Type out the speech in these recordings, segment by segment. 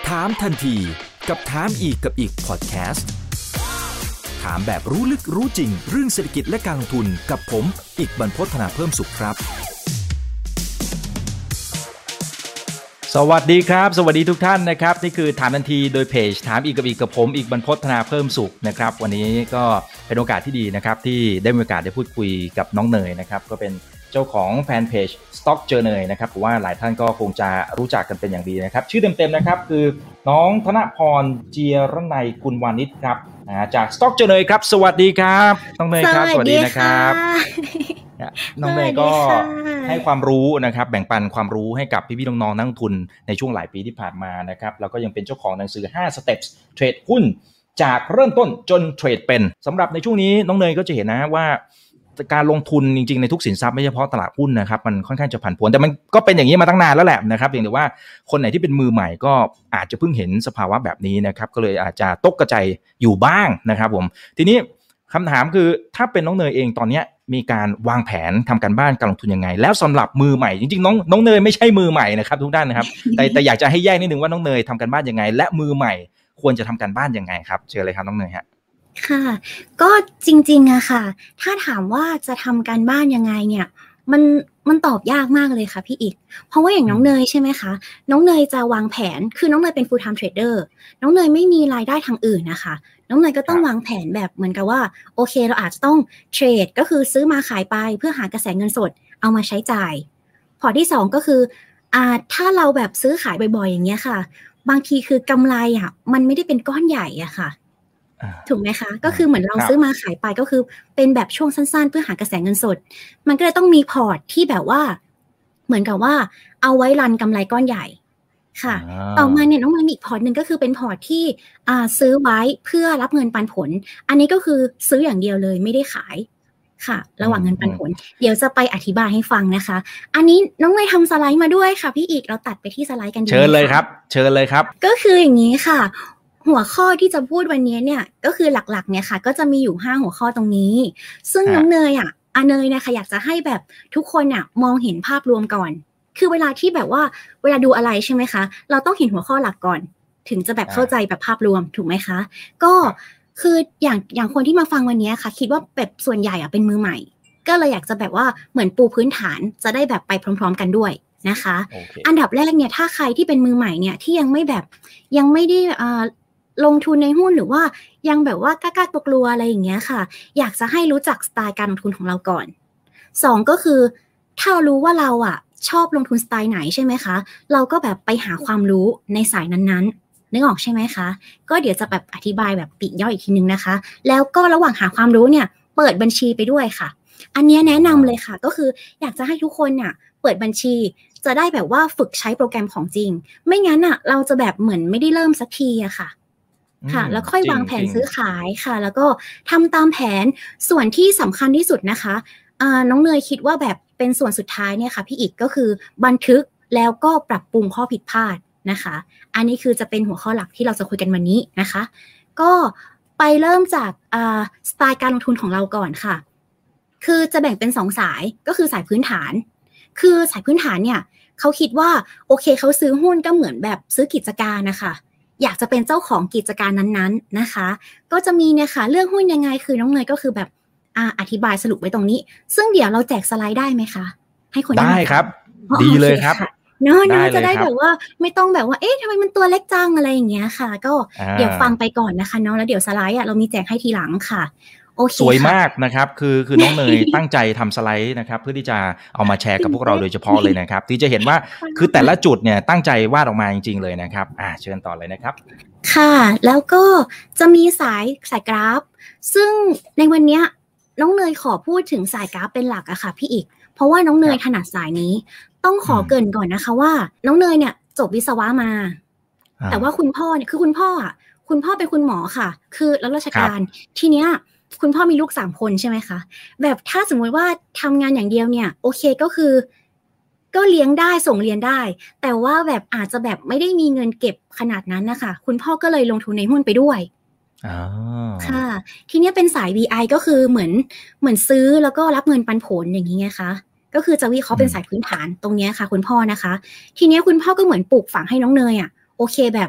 ถามทันทีกับถามอีกกับอีกพอดแคสต์ถามแบบรู้ลึกรู้จริงเรื่องเศรษฐกิจและการลงทุนกับผมอีกบรรพต ธนาเพิ่มสุขครับสวัสดีครับสวัสดีทุกท่านนะครับนี่คือถามทันทีโดยเพจถามอีกกับอีกกับผมอีกบรรพต ธนาเพิ่มสุขนะครับวันนี้ก็เป็นโอกาสที่ดีนะครับที่ได้มีโอกาสได้พูดคุยกับน้องเนยนะครับก็เป็นเจ้าของแฟนเพจ Stock Journey นะครับผมว่าหลายท่านก็คงจะรู้จักกันเป็นอย่างดีนะครับชื่อเต็มๆนะครับคือน้องธนพรเจียรนัยกุลวานิชครับจาก Stock Journey ครับสวัสดีครับน้องเนยครับสวัสดีนะครับน้องเนยก็ให้ความรู้นะครับแบ่งปันความรู้ให้กับพี่ๆน้องๆนักลงทุนในช่วงหลายปีที่ผ่านมานะครับแล้วก็ยังเป็นเจ้าของหนังสือ5 Steps เทรดหุ้นจากเริ่มต้นจนเทรดเป็นสำหรับในช่วงนี้น้องเนยก็จะเห็นนะว่าการลงทุนจริงๆในทุกสินทรัพย์ไม่เฉพาะตลาดหุ้นนะครับมันค่อนข้างจะผันผวนแต่มันก็เป็นอย่างนี้มาตั้งนานแล้วแหละนะครับเพียงแต่ว่าคนไหนที่เป็นมือใหม่ก็อาจจะเพิ่งเห็นสภาวะแบบนี้นะครับก็เลยอาจจะตกกระจายอยู่บ้างนะครับผมทีนี้คำถามคือถ้าเป็นน้องเนยเองตอนนี้มีการวางแผนทำการบ้านการลงทุนยังไงแล้วสำหรับมือใหม่จริงๆน้องเนยไม่ใช่มือใหม่นะครับทุกท่านนะครับแต่อยากจะให้แยกนิดนึงว่าน้องเนยทำการบ้านยังไงและมือใหม่ควรจะทำการบ้านยังไงครับเชิญเลยครับน้องเนยฮะค่ะก็จริงๆอะค่ะถ้าถามว่าจะทำการบ้านยังไงเนี่ยมันตอบยากมากเลยค่ะพี่อีกเพราะว่าอย่างน้องเนยใช่ไหมคะน้องเนยจะวางแผนคือน้องเนยเป็น full time trader น้องเนยไม่มีรายได้ทางอื่นนะคะน้องเนยก็ต้องวางแผนแบบเหมือนกับว่าโอเคเราอาจจะต้องเทรดก็คือซื้อมาขายไปเพื่อหากระแสเงินสดเอามาใช้จ่ายพอร์ตที่2ก็คือถ้าเราแบบซื้อขายบ่อยๆอย่างเงี้ยค่ะบางทีคือกำไรอะมันไม่ได้เป็นก้อนใหญ่อะค่ะถูกไหมคะก็คือเหมือนเราซื้อมาขายไปก็คือเป็นแบบช่วงสั้นๆเพื่อหากระแสเงินสดมันก็เลยต้องมีพอร์ตที่แบบว่าเหมือนกับว่าเอาไว้รันกำไรก้อนใหญ่ค่ะต่อมาเนี่ยน้องมันมีอีกพอร์ตนึงก็คือเป็นพอร์ตที่ซื้อไว้เพื่อรับเงินปันผลอันนี้ก็คือซื้ออย่างเดียวเลยไม่ได้ขายค่ะระหว่างเงินปันผลเดี๋ยวจะไปอธิบายให้ฟังนะคะอันนี้น้องเนยทำสไลด์มาด้วยค่ะพี่อีกเราตัดไปที่สไลด์กันดีเชิญเลยครับก็คืออย่างนี้ค่ะหัวข้อที่จะพูดวันนี้เนี่ยก็คือหลักๆเนี่ยค่ะก็จะมีอยู่5หัวข้อตรงนี้ซึ่งน้องเนยเนยนะคะอยากจะให้แบบทุกคนมองเห็นภาพรวมก่อนคือเวลาที่แบบว่าเวลาดูอะไรใช่ไหมคะเราต้องเห็นหัวข้อหลักก่อนถึงจะแบบเข้าใจแบบภาพรวมถูกไหมคะก็คืออย่างคนที่มาฟังวันนี้ค่ะคิดว่าแบบส่วนใหญ่เป็นมือใหม่ก็เลยอยากจะแบบว่าเหมือนปูพื้นฐานจะได้แบบไปพร้อมๆกันด้วยนะคะ อันดับแรกเนี่ยถ้าใครที่เป็นมือใหม่เนี่ยที่ยังไม่ได้ลงทุนในหุ้นหรือว่ายังแบบว่ากล้าๆกลัวๆอะไรอย่างเงี้ยค่ะอยากจะให้รู้จักสไตล์การลงทุนของเราก่อน2ก็คือถ้าเรารู้ว่าเราชอบลงทุนสไตล์ไหนใช่ไหมคะเราก็แบบไปหาความรู้ในสายนั้นๆนึกออกใช่ไหมคะก็เดี๋ยวจะแบบอธิบายแบบปลีกย่อยอีกทีนึงนะคะแล้วก็ระหว่างหาความรู้เนี่ยเปิดบัญชีไปด้วยค่ะอันนี้แนะนำเลยค่ะก็คืออยากจะให้ทุกคนเนี่ยเปิดบัญชีจะได้แบบว่าฝึกใช้โปรแกรมของจริงไม่งั้นเราจะแบบเหมือนไม่ได้เริ่มสักทีค่ะแล้วค่อยวางแผนซื้อขายค่ะแล้วก็ทำตามแผนส่วนที่สำคัญที่สุดนะคะน้องเนยคิดว่าแบบเป็นส่วนสุดท้ายเนี่ยค่ะพี่อีกก็คือบันทึกแล้วก็ปรับปรุงข้อผิดพลาดนะคะอันนี้คือจะเป็นหัวข้อหลักที่เราจะคุยกันวันนี้นะคะก็ไปเริ่มจากสไตล์การลงทุนของเราก่อนค่ะคือจะแบ่งเป็น2สายก็คือสายพื้นฐานคือสายพื้นฐานเนี่ยเขาคิดว่าโอเคเขาซื้อหุ้นก็เหมือนแบบซื้อกิจการนะคะอยากจะเป็นเจ้าของกิจการนั้นๆนะคะก็จะมีเนี่ยค่ะเรื่องหุ้นยังไงคือน้องเนยก็คือแบบอธิบายสรุปไว้ตรงนี้ซึ่งเดี๋ยวเราแจกสไลด์ได้ไหมคะให้คนได้ครับดีเลยครับเนาะจะได้แบบว่าไม่ต้องแบบว่าเอ๊ะทำไมมันตัวเล็กจังอะไรอย่างเงี้ยค่ะก็เดี๋ยวฟังไปก่อนนะคะเนาะแล้วเดี๋ยวสไลด์เรามีแจกให้ทีหลังค่ะสวยมากนะครับคือน้องเนยตั้งใจทำสไลด์นะครับเพื่อที่จะเอามาแชร์กับพวกเราโดยเฉพาะเลยนะครับที่จะเห็นว่าคือแต่ละจุดเนี่ยตั้งใจวาดออกมาจริงๆเลยนะครับเชิญต่อเลยนะครับค่ะแล้วก็จะมีสายกราฟซึ่งในวันนี้น้องเนยขอพูดถึงสายกราฟเป็นหลักอะค่ะพี่อีกเพราะว่าน้องเนยถนัดสายนี้ต้องขอเกริ่นก่อนนะคะว่าน้องเนยเนี่ยจบวิศวะมาแต่ว่าคุณพ่อเนี่ยคือคุณพ่อเป็นคุณหมอค่ะคือรับราชการทีเนี้ยคุณพ่อมีลูก3คนใช่ไหมคะแบบถ้าสมมติว่าทำงานอย่างเดียวเนี่ยโอเคก็คือก็เลี้ยงได้ส่งเรียนได้แต่ว่าแบบอาจจะแบบไม่ได้มีเงินเก็บขนาดนั้นนะคะคุณพ่อก็เลยลงทุนในหุ้นไปด้วยค่ะทีนี้เป็นสาย VI ก็คือเหมือนซื้อแล้วก็รับเงินปันผลอย่างนี้ไงคะก็คือจะวิเคราะห์เป็นสายพื้นฐานตรงนี้ค่ะคุณพ่อนะคะทีนี้คุณพ่อก็เหมือนปลูกฝังให้น้องเนยโอเคแบบ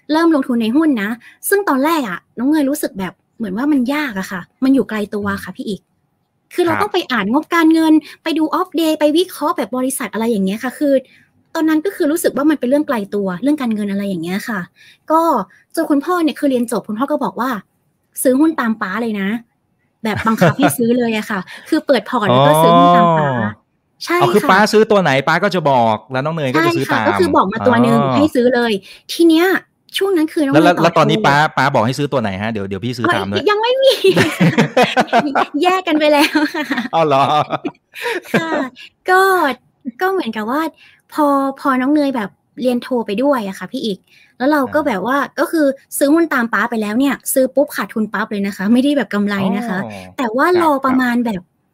เริ่มลงทุนในหุ้นนะซึ่งตอนแรกอ่ะน้องเนยรู้สึกแบบเหมือนว่ามันยากอะค่ะมันอยู่ไกลตัวค่ะพี่อีกคือเราต้องไปอ่านงบการเงินไปดูออฟเดย์ไปวิเคราะห์แบบบริษัทอะไรอย่างเงี้ยค่ะคือตอนนั้นก็คือรู้สึกว่ามันเป็นเรื่องไกลตัวเรื่องการเงินอะไรอย่างเงี้ยค่ะก็จนคุณพ่อเนี่ยคือเรียนจบคุณพ่อก็บอกว่าซื้อหุ้นตามป๊าเลยนะแบบบังคับให้ซื้อเลยอะค่ะคือเปิดพอร์ตแล้วก็ซื้อหุ้นตามป๊าใช่ค่ะคือป้าซื้อตัวไหนป้าก็จะบอกแล้วน้องเนยก็จะซื้อตามก็คือบอกมาตัวนึงให้ซื้อเลยทีเนี้ยช่วงนั้นคือน้องเนยแล้วตอนนี้ป้าบอกให้ซื้อตัวไหนฮะเดี๋ยวพี่ซื้อตามด้วยยังไม่มีแยกกันไปแล้วค่ะอ๋อเหรอค่ะก็เหมือนกับว่าพอน้องเนยแบบเรียนโทไปด้วยอะค่ะพี่อีกแล้วเราก็แบบว่าก็คือซื้อหุ้นตามป๊าไปแล้วเนี่ยซื้อปุ๊บขาดทุนปั๊บเลยนะคะไม่ได้แบบกำไรนะคะแต่ว่ารอประมาณ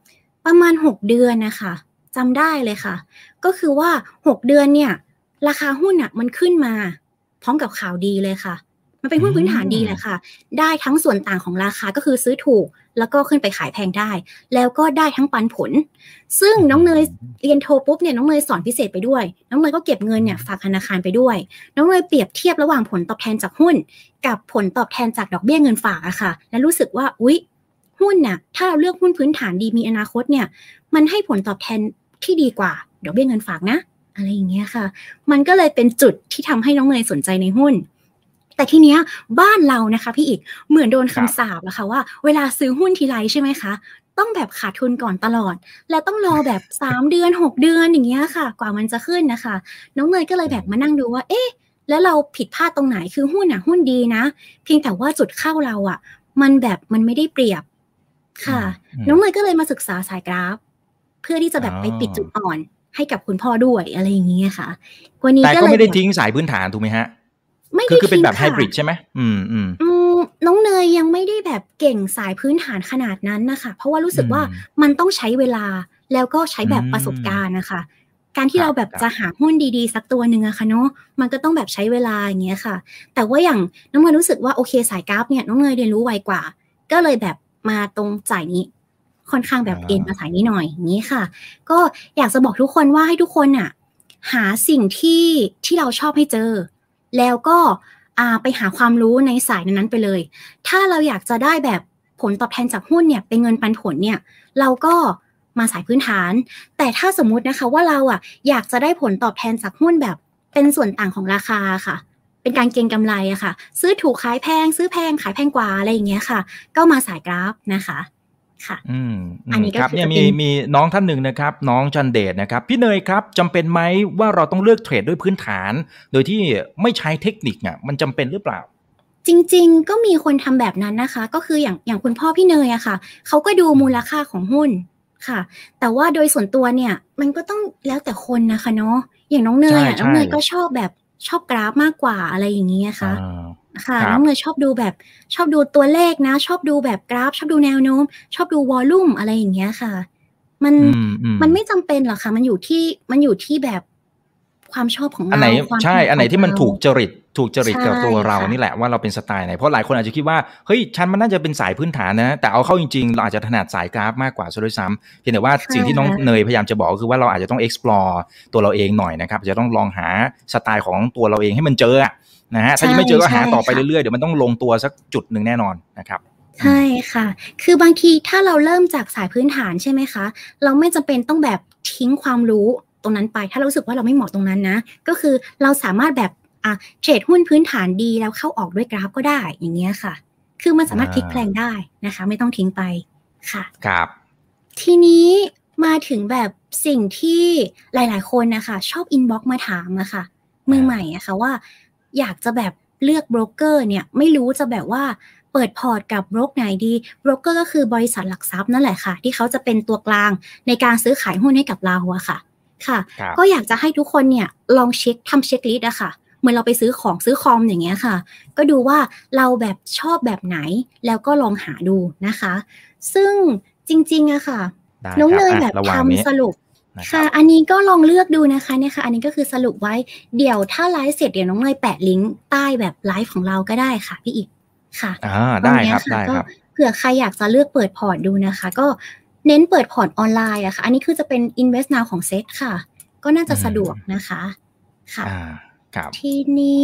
6เดือนนะคะจำได้เลยค่ะก็คือว่า6เดือนเนี่ยราคาหุ้นอ่ะมันขึ้นมาพร้อมกับข่าวดีเลยค่ะมันเป็นหุ้นพื้นฐานดีแหละค่ะได้ทั้งส่วนต่างของราคาก็คือซื้อถูกแล้วก็ขึ้นไปขายแพงได้แล้วก็ได้ทั้งปันผลซึ่งน้องเนยเรียนโทปุ๊บเนี่ยน้องเนยสอนพิเศษไปด้วยน้องเนยก็เก็บเงินเนี่ยฝากธนาคารไปด้วยน้องเนยเปรียบเทียบระหว่างผลตอบแทนจากหุ้นกับผลตอบแทนจากดอกเบี้ยเงินฝากอะค่ะและรู้สึกว่าอุ๊ยหุ้นน่ะถ้าเราเลือกหุ้นพื้นฐานดีมีอนาคตเนี่ยมันให้ผลตอบแทนที่ดีกว่าดอกเบี้ยเงินฝากนะอะไรอย่างเงี้ยค่ะมันก็เลยเป็นจุดที่ทำให้น้องเนยสนใจในหุ้นแต่ทีเนี้ยบ้านเรานะคะพี่อีกเหมือนโดนคำสาปอะค่ะว่าเวลาซื้อหุ้นทีไรใช่ไหมคะต้องแบบขาดทุนก่อนตลอดและต้องรอแบบ3เดือน6เดือนอย่างเงี้ยค่ะกว่ามันจะขึ้นนะคะน้องเนยก็เลยแบบมานั่งดูว่าเอ๊ะแล้วเราผิดพลาดตรงไหนคือหุ้นอะหุ้นดีนะเพียงแต่ว่าจุดเข้าเราอะมันไม่ได้เปรียบค่ะน้องเนยก็เลยมาศึกษาสายกราฟเพื่อที่จะแบบไปปิดจุดอ่อนให้กับคุณพ่อด้วยอะไรอย่างเงี้ยค่ะวันนี้แต่ก็ไม่ได้ทิ้งสายพื้นฐานถูกไหมฮะไม่ได้ทิ้งค่ะคือเป็นแบบไฮบริดใช่ไหมน้องเนยยังไม่ได้แบบเก่งสายพื้นฐานขนาดนั้นนะคะเพราะว่ารู้สึกว่ามันต้องใช้เวลาแล้วก็ใช้แบบประสบการณ์นะคะการที่เราแบบจะหาหุ้นดีๆสักตัวหนึ่งอะค่ะเนาะมันก็ต้องแบบใช้เวลาอย่างเงี้ยค่ะแต่ว่าอย่างน้องเนยรู้สึกว่าโอเคสายกราฟเนี่ยน้องเนยเรียนรู้ไวกว่าก็เลยแบบมาตรงสายนี้ค่อนข้างแบบเอ็นมาสายนี้หน่อยอย่างนี้ค่ะก็อยากจะบอกทุกคนว่าให้ทุกคนอะหาสิ่งที่เราชอบให้เจอแล้วก็ไปหาความรู้ในสายนั้นไปเลยถ้าเราอยากจะได้แบบผลตอบแทนจากหุ้นเนี่ยเป็นเงินปันผลเนี่ยเราก็มาสายพื้นฐานแต่ถ้าสมมุตินะคะว่าเราอยากจะได้ผลตอบแทนจากหุ้นแบบเป็นส่วนต่างของราคาค่ะเป็นการเก็งกำไรอะค่ะซื้อถูกขายแพงซื้อแพงขายแพงกว่าอะไรอย่างเงี้ยค่ะก็มาสายกราฟนะคะค่ะอันนี้ก็ครับเนี่ยมีน้องท่านหนึ่งนะครับน้องจันเดชนะครับพี่เนยครับจำเป็นไหมว่าเราต้องเลือกเทรดด้วยพื้นฐานโดยที่ไม่ใช้เทคนิคอ่ะมันจำเป็นหรือเปล่าจริงๆก็มีคนทำแบบนั้นนะคะก็คืออย่างคุณพ่อพี่เนยอะค่ะเขาก็ดูมูลค่าของหุ้นค่ะแต่ว่าโดยส่วนตัวเนี่ยมันก็ต้องแล้วแต่คนนะคะเนาะอย่างน้องเนยน้องเนยก็ชอบกราฟมากกว่าอะไรอย่างนี้นะคะค่ะน้องเนยชอบดูตัวเลขนะชอบดูแบบกราฟชอบดูแนวโน้มชอบดูวอลลุ่มอะไรอย่างเงี้ยค่ะมันไม่จำเป็นหรอกค่ะมันอยู่ที่แบบความชอบของเราใช่อันไหนที่มันถูกจริตกับตัวเรานี่แหละว่าเราเป็นสไตล์ไหนเพราะหลายคนอาจจะคิดว่าเฮ้ยฉันมันน่าจะเป็นสายพื้นฐานนะแต่เอาเข้าจริงๆเราอาจจะถนัดสายกราฟมากกว่าซะด้วยซ้ำเพียงแต่ว่าสิ่งที่น้องเนยพยายามจะบอกคือว่าเราอาจจะต้อง explore ตัวเราเองหน่อยนะครับจะต้องลองหาสไตล์ของตัวเราเองให้มันเจอนะฮะถ้ายังไม่เจอก็หาต่อไปเรื่อยๆเดี๋ยวมันต้องลงตัวสักจุดนึงแน่นอนนะครับใช่ค่ะคือบางทีถ้าเราเริ่มจากสายพื้นฐานใช่ไหมคะเราไม่จำเป็นต้องแบบทิ้งความรู้ตรงนั้นไปถ้าเรารู้สึกว่าเราไม่เหมาะตรงนั้นนะก็คือเราสามารถแบบเทรดหุ้นพื้นฐานดีแล้วเข้าออกด้วยกราฟก็ได้อย่างเงี้ยค่ะคือมันสามารถพลิกแพลงได้นะคะไม่ต้องทิ้งไปค่ะครับทีนี้มาถึงแบบสิ่งที่หลายๆคนนะคะชอบอินบ็อกซ์มาถามนะคะมือใหม่อะค่ะว่าอยากจะแบบเลือกโบรกเกอร์เนี่ยไม่รู้จะแบบว่าเปิดพอร์ตกับโบรกไหนดีโบรกเกอร์ก็คือบริษัทหลักทรัพย์นั่นแหละค่ะที่เขาจะเป็นตัวกลางในการซื้อขายหุ้นให้กับเราอะค่ะก็อยากจะให้ทุกคนเนี่ยลองทำเช็คลิสต์อะค่ะเหมือนเราไปซื้อคอมอย่างเงี้ยค่ะก็ดูว่าเราแบบชอบแบบไหนแล้วก็ลองหาดูนะคะซึ่งจริงๆอะค่ะน้องเนยแบบทำสรุปค่ะอันนี้ก็ลองเลือกดูนะคะเนี่ยค่ะอันนี้ก็คือสรุปไว้เดี๋ยวถ้าไลฟ์เสร็จเดี๋ยวน้องเนยแปะลิงก์ใต้แบบไลฟ์ของเราก็ได้ค่ะพี่อีกค่ะได้ครับได้ครับเผื่อใครอยากจะเลือกเปิดพอร์ตดูนะคะก็เน้นเปิดพอร์ตออนไลน์อะค่ะอันนี้คือจะเป็น Invest Now ของเซตค่ะก็น่าจะสะดวกนะคะค่ะทีนี้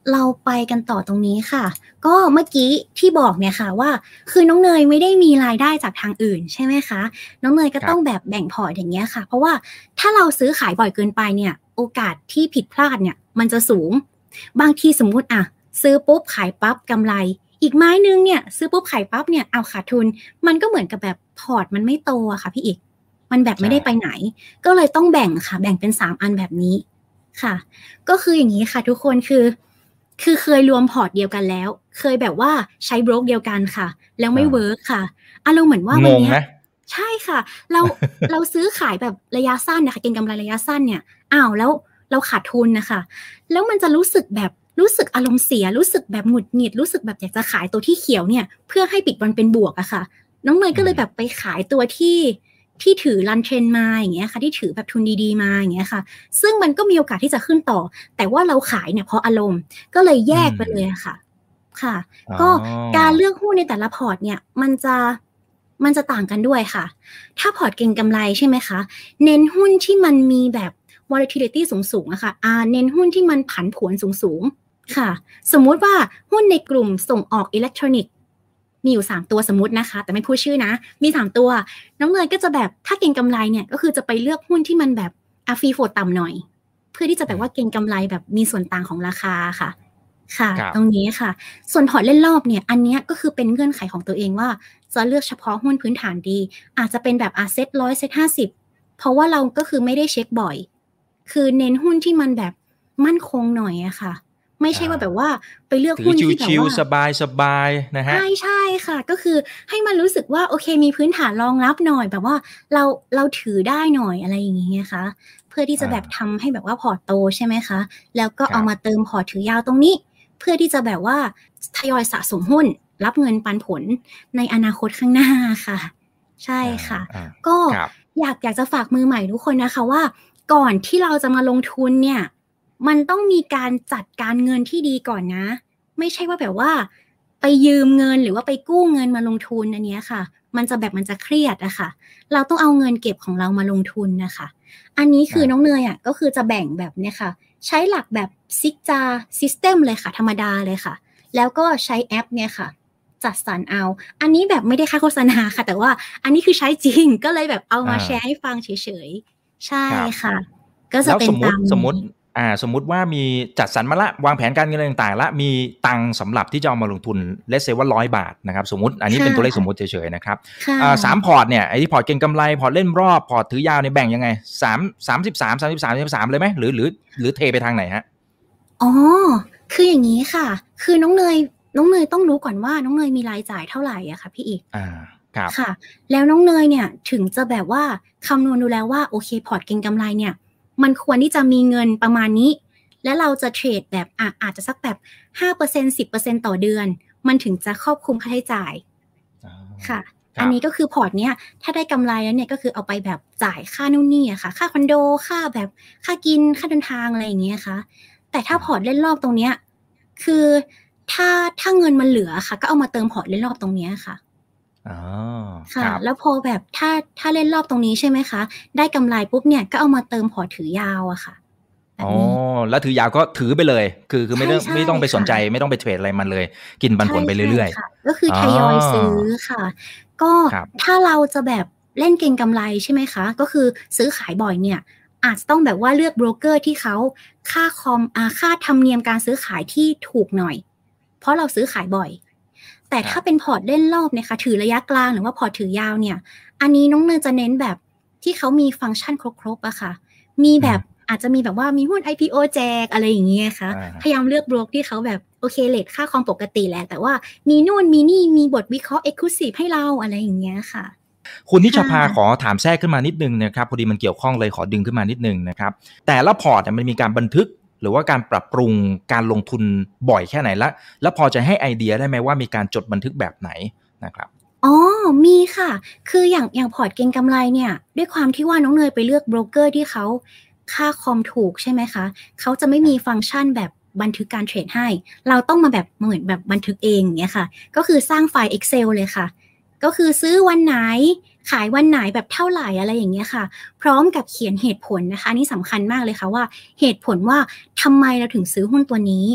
เราไปกันต่อตรงนี้ค่ะก็เมื่อกี้ที่บอกเนี่ยค่ะว่าคือน้องเนยไม่ได้มีรายได้จากทางอื่นใช่ไหมคะน้องเนยก็ต้องแบบแบ่งพอร์ตอย่างเงี้ยค่ะเพราะว่าถ้าเราซื้อขายบ่อยเกินไปเนี่ยโอกาสที่ผิดพลาดเนี่ยมันจะสูงบางทีสมมุติซื้อปุ๊บขายปั๊บกำไรอีกไม้นึงเนี่ยซื้อปุ๊บขายปั๊บเนี่ยเอาขาดทุนมันก็เหมือนกับแบบพอร์ตมันไม่โตอะค่ะพี่อีกมันแบบไม่ได้ไปไหนก็เลยต้องแบ่งค่ะแบ่งเป็น3อันแบบนี้ค่ะก็คืออย่างนี้ค่ะทุกคนคือเคยรวมพอร์ตเดียวกันแล้วเคยแบบว่าใช้โบรกเดียวกันค่ะแล้วไม่เวิร์คค่ะอารมณ์เหมือนว่าวันนี้ใช่ค่ะเราซื้อขายแบบระยะสั้นนะคะเก็งกำไรระยะสั้นเนี่ยแล้วเราขาดทุนนะคะแล้วมันจะรู้สึกอารมณ์เสียรู้สึกแบบหงุดหงิดรู้สึกแบบอยากจะขายตัวที่เขียวเนี่ยเพื่อให้ปิดวันเป็นบวกอะค่ะน้องเนยก็เลยแบบไปขายตัวที่ถือรันเทรนมาอย่างเงี้ยค่ะที่ถือแบบทุนดีๆมาอย่างเงี้ยค่ะซึ่งมันก็มีโอกาสที่จะขึ้นต่อแต่ว่าเราขายเนี่ยเพราะอารมณ์ก็เลยแยกไปเลยค่ะก็การเลือกหุ้นในแต่ละพอร์ตเนี่ยมันจะต่างกันด้วยค่ะถ้าพอร์ตเก็งกำไรใช่ไหมคะเน้นหุ้นที่มันมีแบบ volatility สูงๆอะค่ะเน้นหุ้นที่มันผันผวนสูงๆค่ะสมมุติว่าหุ้นในกลุ่มส่งออกอิเล็กทรอนิกส์มีอยู่3ตัวสมมุตินะคะแต่ไม่พูดชื่อนะมี3ตัวน้องเนยก็จะแบบถ้าเก็งกำไรเนี่ยก็คือจะไปเลือกหุ้นที่มันแบบฟรีโฟลตต่ำหน่อยเพื่อที่จะแบบว่าเก็งกำไรแบบมีส่วนต่างของราคาค่ะตรงนี้ค่ะส่วนพอร์ตเล่นรอบเนี่ยอันนี้ก็คือเป็นเงื่อนไขของตัวเองว่าจะเลือกเฉพาะหุ้นพื้นฐานดีอาจจะเป็นแบบเซ็ต100เซ็ต50เพราะว่าเราก็คือไม่ได้เช็คบ่อยคือเน้นหุ้นที่มันแบบมั่นคงหน่อยอะค่ะไม่ใช่ว่าแบบว่าไปเลือกหุ้นที่แบบว่าสบายๆนะฮะใช่ค่ะก็คือให้มันรู้สึกว่าโอเคมีพื้นฐานรองรับหน่อยแบบว่าเราถือได้หน่อยอะไรอย่างเงี้ยค่ะเพื่อที่จะแบบทำให้แบบว่าพอร์ตโตใช่ไหมคะแล้วก็เอามาเติมพอร์ตถือยาวตรงนี้เพื่อที่จะแบบว่าทยอยสะสมหุ้นรับเงินปันผลในอนาคตข้างหน้าค่ะใช่ค่ะก็อยากจะฝากมือใหม่ทุกคนนะคะว่าก่อนที่เราจะมาลงทุนเนี่ยมันต้องมีการจัดการเงินที่ดีก่อนนะไม่ใช่ว่าแบบว่าไปยืมเงินหรือว่าไปกู้เงินมาลงทุนอันนี้ค่ะมันจะเครียดอะค่ะเราต้องเอาเงินเก็บของเรามาลงทุนนะคะอันนี้คือน้องเนยก็คือจะแบ่งแบบเนี่ยค่ะใช้หลักแบบซิกจาซิสเต็มเลยค่ะธรรมดาเลยค่ะแล้วก็ใช้แอปเนี่ยค่ะจัดสรรเอาอันนี้แบบไม่ได้ค่าโฆษณาค่ะแต่ว่าอันนี้คือใช้จริงก็เลยแบบเอามาแชร์ให้ฟังเฉยๆใช่ค่ะก็จะเป็นตามสมมติว่ามีจัดสรรมาละวางแผนการเงินต่างๆและมีตังค์สำหรับที่จะเอามาลงทุนเลทเซว่า100 บาทนะครับสมมติอันนี้เป็นตัวเลขสมมติเฉยๆนะครับ3พอร์ตเนี่ยไอ้ที่พอร์ตเก็งกำไรพอร์ตเล่นรอบพอร์ตถือยาวเนี่ยแบ่งยังไง33เลยไหมหรือเทไปทางไหนฮะคืออย่างนี้ค่ะคือน้องเนยต้องรู้ก่อนว่าน้องเนยมีรายจ่ายเท่าไหร่อะค่ะพี่อีกค่ะแล้วน้องเนยเนี่ยถึงจะแบบว่าคำนวณดูแล้วว่าโอเคพอร์ตเก็งกำไรเนี่ยมันควรที่จะมีเงินประมาณนี้และเราจะเทรดแบบอาจจะสักแบบ 5% 10% ต่อเดือนมันถึงจะครอบคลุมค่าใช้จ่ายค่ะอันนี้ก็คือพอร์ตเนี้ยถ้าได้กำไรแล้วเนี่ยก็คือเอาไปแบบจ่ายค่านู่นนี่อะค่ะค่าคอนโดค่าแบบค่ากินค่าเดินทางอะไรอย่างเงี้ยค่ะแต่ถ้าพอร์ตเล่นรอบตรงเนี้ยคือถ้าเงินมันเหลือค่ะก็เอามาเติมพอร์ตเล่นรอบตรงเนี้ยค่ะค่ะแล้วพอแบบถ้าเล่นรอบตรงนี้ใช่ไหมคะได้กำไรปุ๊บเนี่ยก็เอามาเติมพอร์ตถือยาวอะค่ะแล้วถือยาวก็ถือไปเลยคือไม่ต้องไปสนใจไม่ต้องไปเทรดอะไรมันเลยกินปันผลไปเรื่อยๆก็คือทยอยซื้อค่ะก็ถ้าเราจะแบบเล่นเก็งกำไรใช่ไหมคะก็คือซื้อขายบ่อยเนี่ยอาจจะต้องแบบว่าเลือกโบรกเกอร์ที่เขาค่าธรรมเนียมการซื้อขายที่ถูกหน่อยเพราะเราซื้อขายบ่อยแต่ถ้าเป็นพอร์ตเล่นรอบเนี่ยค่ะถือระยะกลางหรือว่าพอร์ตถือยาวเนี่ยอันนี้น้องเนยจะเน้นแบบที่เขามีฟังก์ชันครบๆอะค่ะมีแบบอาจจะมีแบบว่ามีหุ้น IPO แจกอะไรอย่างเงี้ยค่ะพยายามเลือกโบรกที่เขาแบบโอเคเรทค่าคอมปกติแหละแต่ว่ามีนู่นมีนี่มีบทวิเคราะห์ Exclusive ให้เราอะไรอย่างเงี้ยค่ะคุณนิชภาขอถามแทรกขึ้นมานิดนึงนะครับพอดีมันเกี่ยวข้องเลยขอดึงขึ้นมานิดนึงนะครับแต่ละพอร์ตมันมีการบันทึกหรือว่าการปรับปรุงการลงทุนบ่อยแค่ไหนแล้วพอจะให้ไอเดียได้ไหมว่ามีการจดบันทึกแบบไหนนะครับมีค่ะคืออย่างพอร์ตเก็งกำไรเนี่ยด้วยความที่ว่าน้องเนยไปเลือกโบรกเกอร์ที่เขาค่าคอมถูกใช่ไหมคะเขาจะไม่มีฟังก์ชันแบบบันทึกการเทรดให้เราต้องมาแบบเหมือนแบบบันทึกเองอย่างเงี้ยค่ะก็คือสร้างไฟล์ Excel เลยค่ะก็คือซื้อวันไหนขายวันไหนแบบเท่าไหร่อะไรอย่างเงี้ยค่ะพร้อมกับเขียนเหตุผลนะคะนี่สำคัญมากเลยค่ะว่าเหตุผลว่าทำไมเราถึงซื้อหุ้นตัวนี้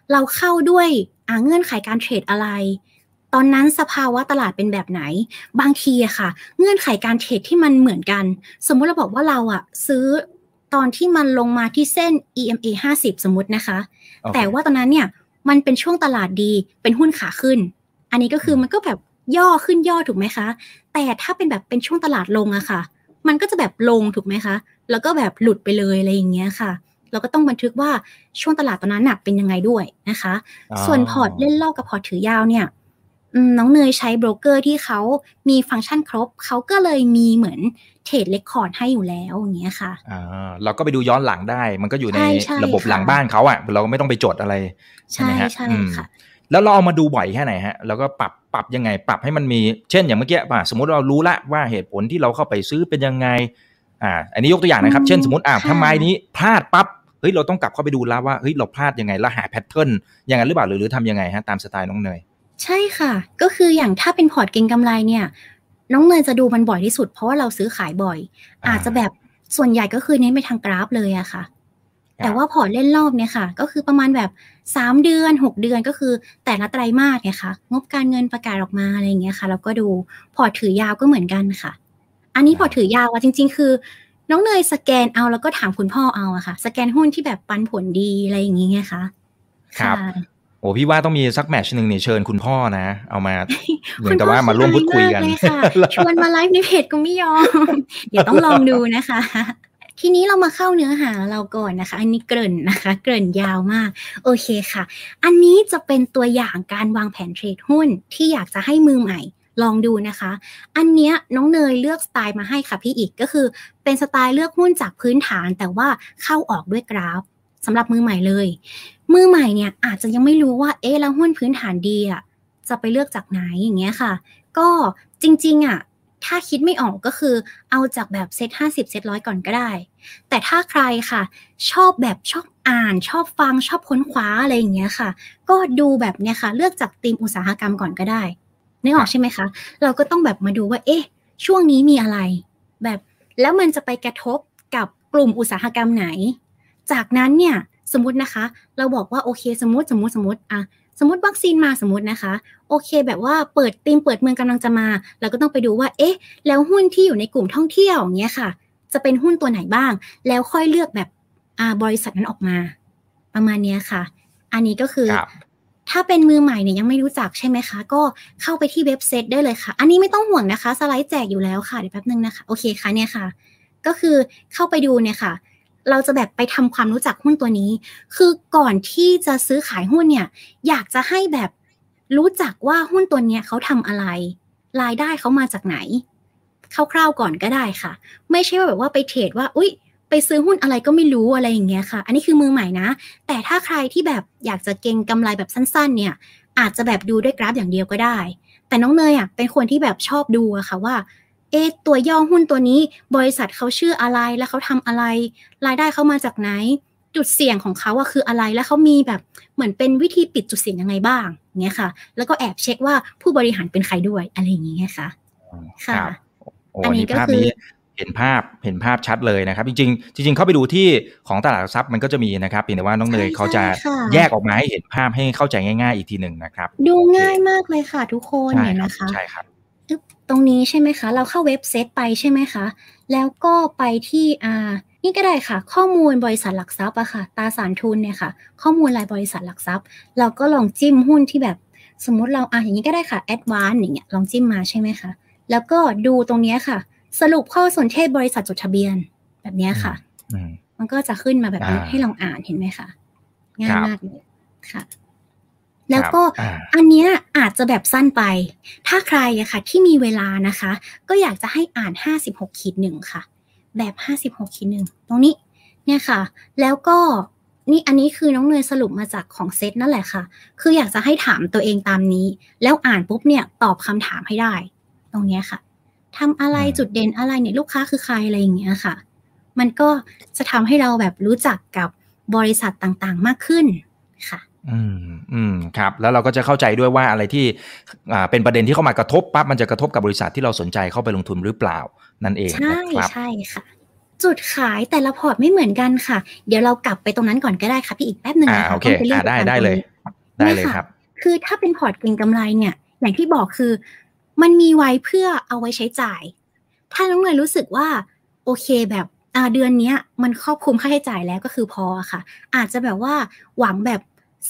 เราเข้าด้วยเงื่อนไขการเทรดอะไรตอนนั้นสภาวะตลาดเป็นแบบไหนบางทีอะค่ะเงื่อนไขการเทรดที่มันเหมือนกันสมมุติเราบอกว่าเราอะซื้อตอนที่มันลงมาที่เส้น EMA 50สมมุตินะคะ okay. แต่ว่าตอนนั้นเนี่ยมันเป็นช่วงตลาดดีเป็นหุ้นขาขึ้นอันนี้ก็คือมันก็แบบย่อขึ้นย่อถูกไหมคะแต่ถ้าเป็นแบบเป็นช่วงตลาดลงอะค่ะมันก็จะแบบลงถูกไหมคะแล้วก็แบบหลุดไปเลยอะไรอย่างเงี้ยค่ะเราก็ต้องบันทึกว่าช่วงตลาดตอนนั้นเป็นยังไงด้วยนะคะส่วนพอร์ตเล่นรอบกับพอร์ตถือยาวเนี่ยน้องเนยใช้โบรกเกอร์ที่เขามีฟังก์ชันครบเขาก็เลยมีเหมือนเทรดเรคคอร์ดให้อยู่แล้วอย่างเงี้ยค่ะเราก็ไปดูย้อนหลังได้มันก็อยู่ในระบบหลังบ้านเขาเราก็ไม่ต้องไปจดอะไรใช่ไหมฮะใช่ค่ะแล้วเราเอามาดูบ่อยแค่ไหนฮะแล้วก็ปรับยังไงปรับให้มันมีเช่นอย่างเมื่อกี้สมมติเรารู้ละว่าเหตุผลที่เราเข้าไปซื้อเป็นยังไงอันนี้ยกตัวอย่างนะครับเช่นสมมติทำไมนี้พลาดปั๊บเฮ้ยเราต้องกลับเข้าไปดูแล้วว่าเฮ้ยเราพลาดยังไงแล้วหาแพทเทิร์นอย่างนั้นหรือเปล่าหรือทำยังไงฮะตามสไตล์น้องเนยใช่ค่ะก็คืออย่างถ้าเป็นพอร์ตเก็งกำไรเนี่ยน้องเนยจะดูมันบ่อยที่สุดเพราะว่าเราซื้อขายบ่อยอาจจะแบบส่วนใหญ่ก็คือเน้นไปทางกราฟเลยอะค่ะแต่ว่าพอร์ตเล่นรอบเนี่ยค่ะก็คือประมาณแบบ3เดือน6เดือนก็คือแต่ละไตรมาสเนี่ยค่ะงบการเงินประกาศออกมาอะไรอย่างเงี้ยค่ะแล้วก็ดูพอร์ตถือยาวก็เหมือนกันค่ะอันนี้พอร์ตถือยาวจริงๆคือน้องเนยสแกนเอาแล้วก็ถามคุณพ่อเอาอะค่ะสแกนหุ้นที่แบบปันผลดีอะไรอย่างเงี้ยค่ะครับโอ้พี่ว่าต้องมีสักแมตช์นึงเนี่ยเชิญคุณพ่อนะเอามาเหมือนกับว่ามาร่วมพูดคุยกันชวนมาไลฟ์ในเพจก็ไม่ยอมเดี๋ยวต้องลองดูนะคะทีนี้เรามาเข้าเนื้อหาเราก่อนนะคะอันนี้เกริ่นนะคะเกริ่นยาวมากโอเคค่ะอันนี้จะเป็นตัวอย่างการวางแผนเทรดหุ้นที่อยากจะให้มือใหม่ลองดูนะคะอันเนี้ยน้องเนยเลือกสไตล์มาให้ค่ะพี่อีกก็คือเป็นสไตล์เลือกหุ้นจากพื้นฐานแต่ว่าเข้าออกด้วยกราฟสำหรับมือใหม่เลยมือใหม่เนี่ยอาจจะยังไม่รู้ว่าแล้วหุ้นพื้นฐานดีจะไปเลือกจากไหนอย่างเงี้ยค่ะก็จริงๆถ้าคิดไม่ออกก็คือเอาจากแบบเซต50เซต100ก่อนก็ได้แต่ถ้าใครค่ะชอบอ่านชอบฟังชอบค้นคว้าอะไรอย่างเงี้ยค่ะก็ดูแบบเนี้ยค่ะเลือกจากธีมอุตสาหกรรมก่อนก็ได้นึกออกใช่ไหมคะเราก็ต้องแบบมาดูว่าช่วงนี้มีอะไรแบบแล้วมันจะไปกระทบกับกลุ่มอุตสาหกรรมไหนจากนั้นเนี่ยสมมุตินะคะเราบอกว่าโอเคสมมุติวัคซีนมาสมมุตินะคะโอเคแบบว่าเปิดธีมเปิดเมืองกำลังจะมาเราก็ต้องไปดูว่าแล้วหุ้นที่อยู่ในกลุ่มท่องเที่ยวอย่างเงี้ยค่ะจะเป็นหุ้นตัวไหนบ้างแล้วค่อยเลือกแบบบริษัทนั้นออกมาประมาณนี้ค่ะอันนี้ก็คือถ้าเป็นมือใหม่เนี่ยยังไม่รู้จักใช่ไหมคะก็เข้าไปที่เว็บไซต์ได้เลยค่ะอันนี้ไม่ต้องห่วงนะคะสไลด์แจกอยู่แล้วค่ะเดี๋ยวแป๊บนึงนะคะโอเคค่ะเนี่ยค่ะก็คือเข้าไปดูเนี่ยค่ะเราจะแบบไปทำความรู้จักหุ้นตัวนี้คือก่อนที่จะซื้อขายหุ้นเนี่ยอยากจะให้แบบรู้จักว่าหุ้นตัวนี้เขาทำอะไรรายได้เขามาจากไหนคร่าวๆก่อนก็ได้ค่ะไม่ใช่ว่าแบบว่าไปเทรดว่าไปซื้อหุ้นอะไรก็ไม่รู้อะไรอย่างเงี้ยค่ะอันนี้คือมือใหม่นะแต่ถ้าใครที่แบบอยากจะเก็งกำไรแบบสั้นๆเนี่ยอาจจะแบบดูด้วยกราฟอย่างเดียวก็ได้แต่น้องเนยเป็นคนที่แบบชอบดูอะค่ะว่าตัวย่อหุ้นตัวนี้บริษัทเขาชื่ออะไรแล้วเขาทำอะไรรายได้เขามาจากไหนจุดเสี่ยงของเขาคืออะไรแล้วเขามีแบบเหมือนเป็นวิธีปิดจุดเสี่ยงยังไงบ้างเงี้ยค่ะแล้วก็แอบเช็คว่าผู้บริหารเป็นใครด้วยอะไรอย่างเงี้ยค่ะค่ะอันนี้ก็คือเห็นภาพชัดเลยนะครับจริงเข้าไปดูที่ของตลาดหลักทรัพย์มันก็จะมีนะครับเพียงแต่ว่าน้องเนยเขาจะแยกออกมาให้เห็นภาพให้เข้าใจง่ายๆอีกทีหนึ่งนะครับดูง่ายมากเลยค่ะทุกคนเห็นนะคะใช่ครับตรงนี้ใช่ไหมคะเราเข้าเว็บเซตไปใช่ไหมคะแล้วก็ไปที่นี่ก็ได้ค่ะข้อมูลบริษัทหลักทรัพย์ค่ะตราสารทุนเนี่ยค่ะข้อมูลรายบริษัทหลักทรัพย์เราก็ลองจิ้มหุ้นที่แบบสมมติเราอย่างนี้ก็ได้ค่ะแอดวานซ์อย่างเงี้ยลองจิ้มมาใช่ไหมคะแล้วก็ดูตรงนี้ค่ะสรุปข้อสนเทศบริษัทจดทะเบียนแบบนี้ค่ะมันก็จะขึ้นมาแบบนี้ให้ลองอ่านเห็นไหมคะง่ายมากเลยค่ะแล้วก็อันเนี้ยอาจจะแบบสั้นไปถ้าใครค่ะที่มีเวลานะคะก็อยากจะให้อ่าน 56-1 ค่ะแบบ 56-1 ตรงนี้เนี่ยค่ะแล้วก็นี่อันนี้คือน้องเนยสรุปมาจากของเซตนั่นแหละค่ะคืออยากจะให้ถามตัวเองตามนี้แล้วอ่านปุ๊บเนี่ยตอบคำถามให้ได้ตรงนี้ค่ะทำอะไรจุดเด่นอะไรเนี่ยลูกค้าคือใครอะไรอย่างเงี้ยค่ะมันก็จะทำให้เราแบบรู้จักกับบริษัทต่างๆมากขึ้นค่ะครับแล้วเราก็จะเข้าใจด้วยว่าอะไรที่เป็นประเด็นที่เข้ามากระทบปั๊บมันจะกระทบกับบริษัทที่เราสนใจเข้าไปลงทุนหรือเปล่านั่นเองใช่ค่ะจุดขายแต่ละพอร์ตไม่เหมือนกันค่ะเดี๋ยวเรากลับไปตรงนั้นก่อนก็ได้ค่ะพี่อีกแป๊บนึงโอเคได้เลยได้เลยครับคือถ้าเป็นพอร์ตเก็งกำไรเนี่ยอย่างที่บอกคือมันมีไว้เพื่อเอาไว้ใช้จ่ายถ้าน้องเนยรู้สึกว่าโอเคแบบเดือนนี้มันครอบคลุมค่าใช้จ่ายแล้วก็คือพอค่ะอาจจะแบบว่าหวังแบบ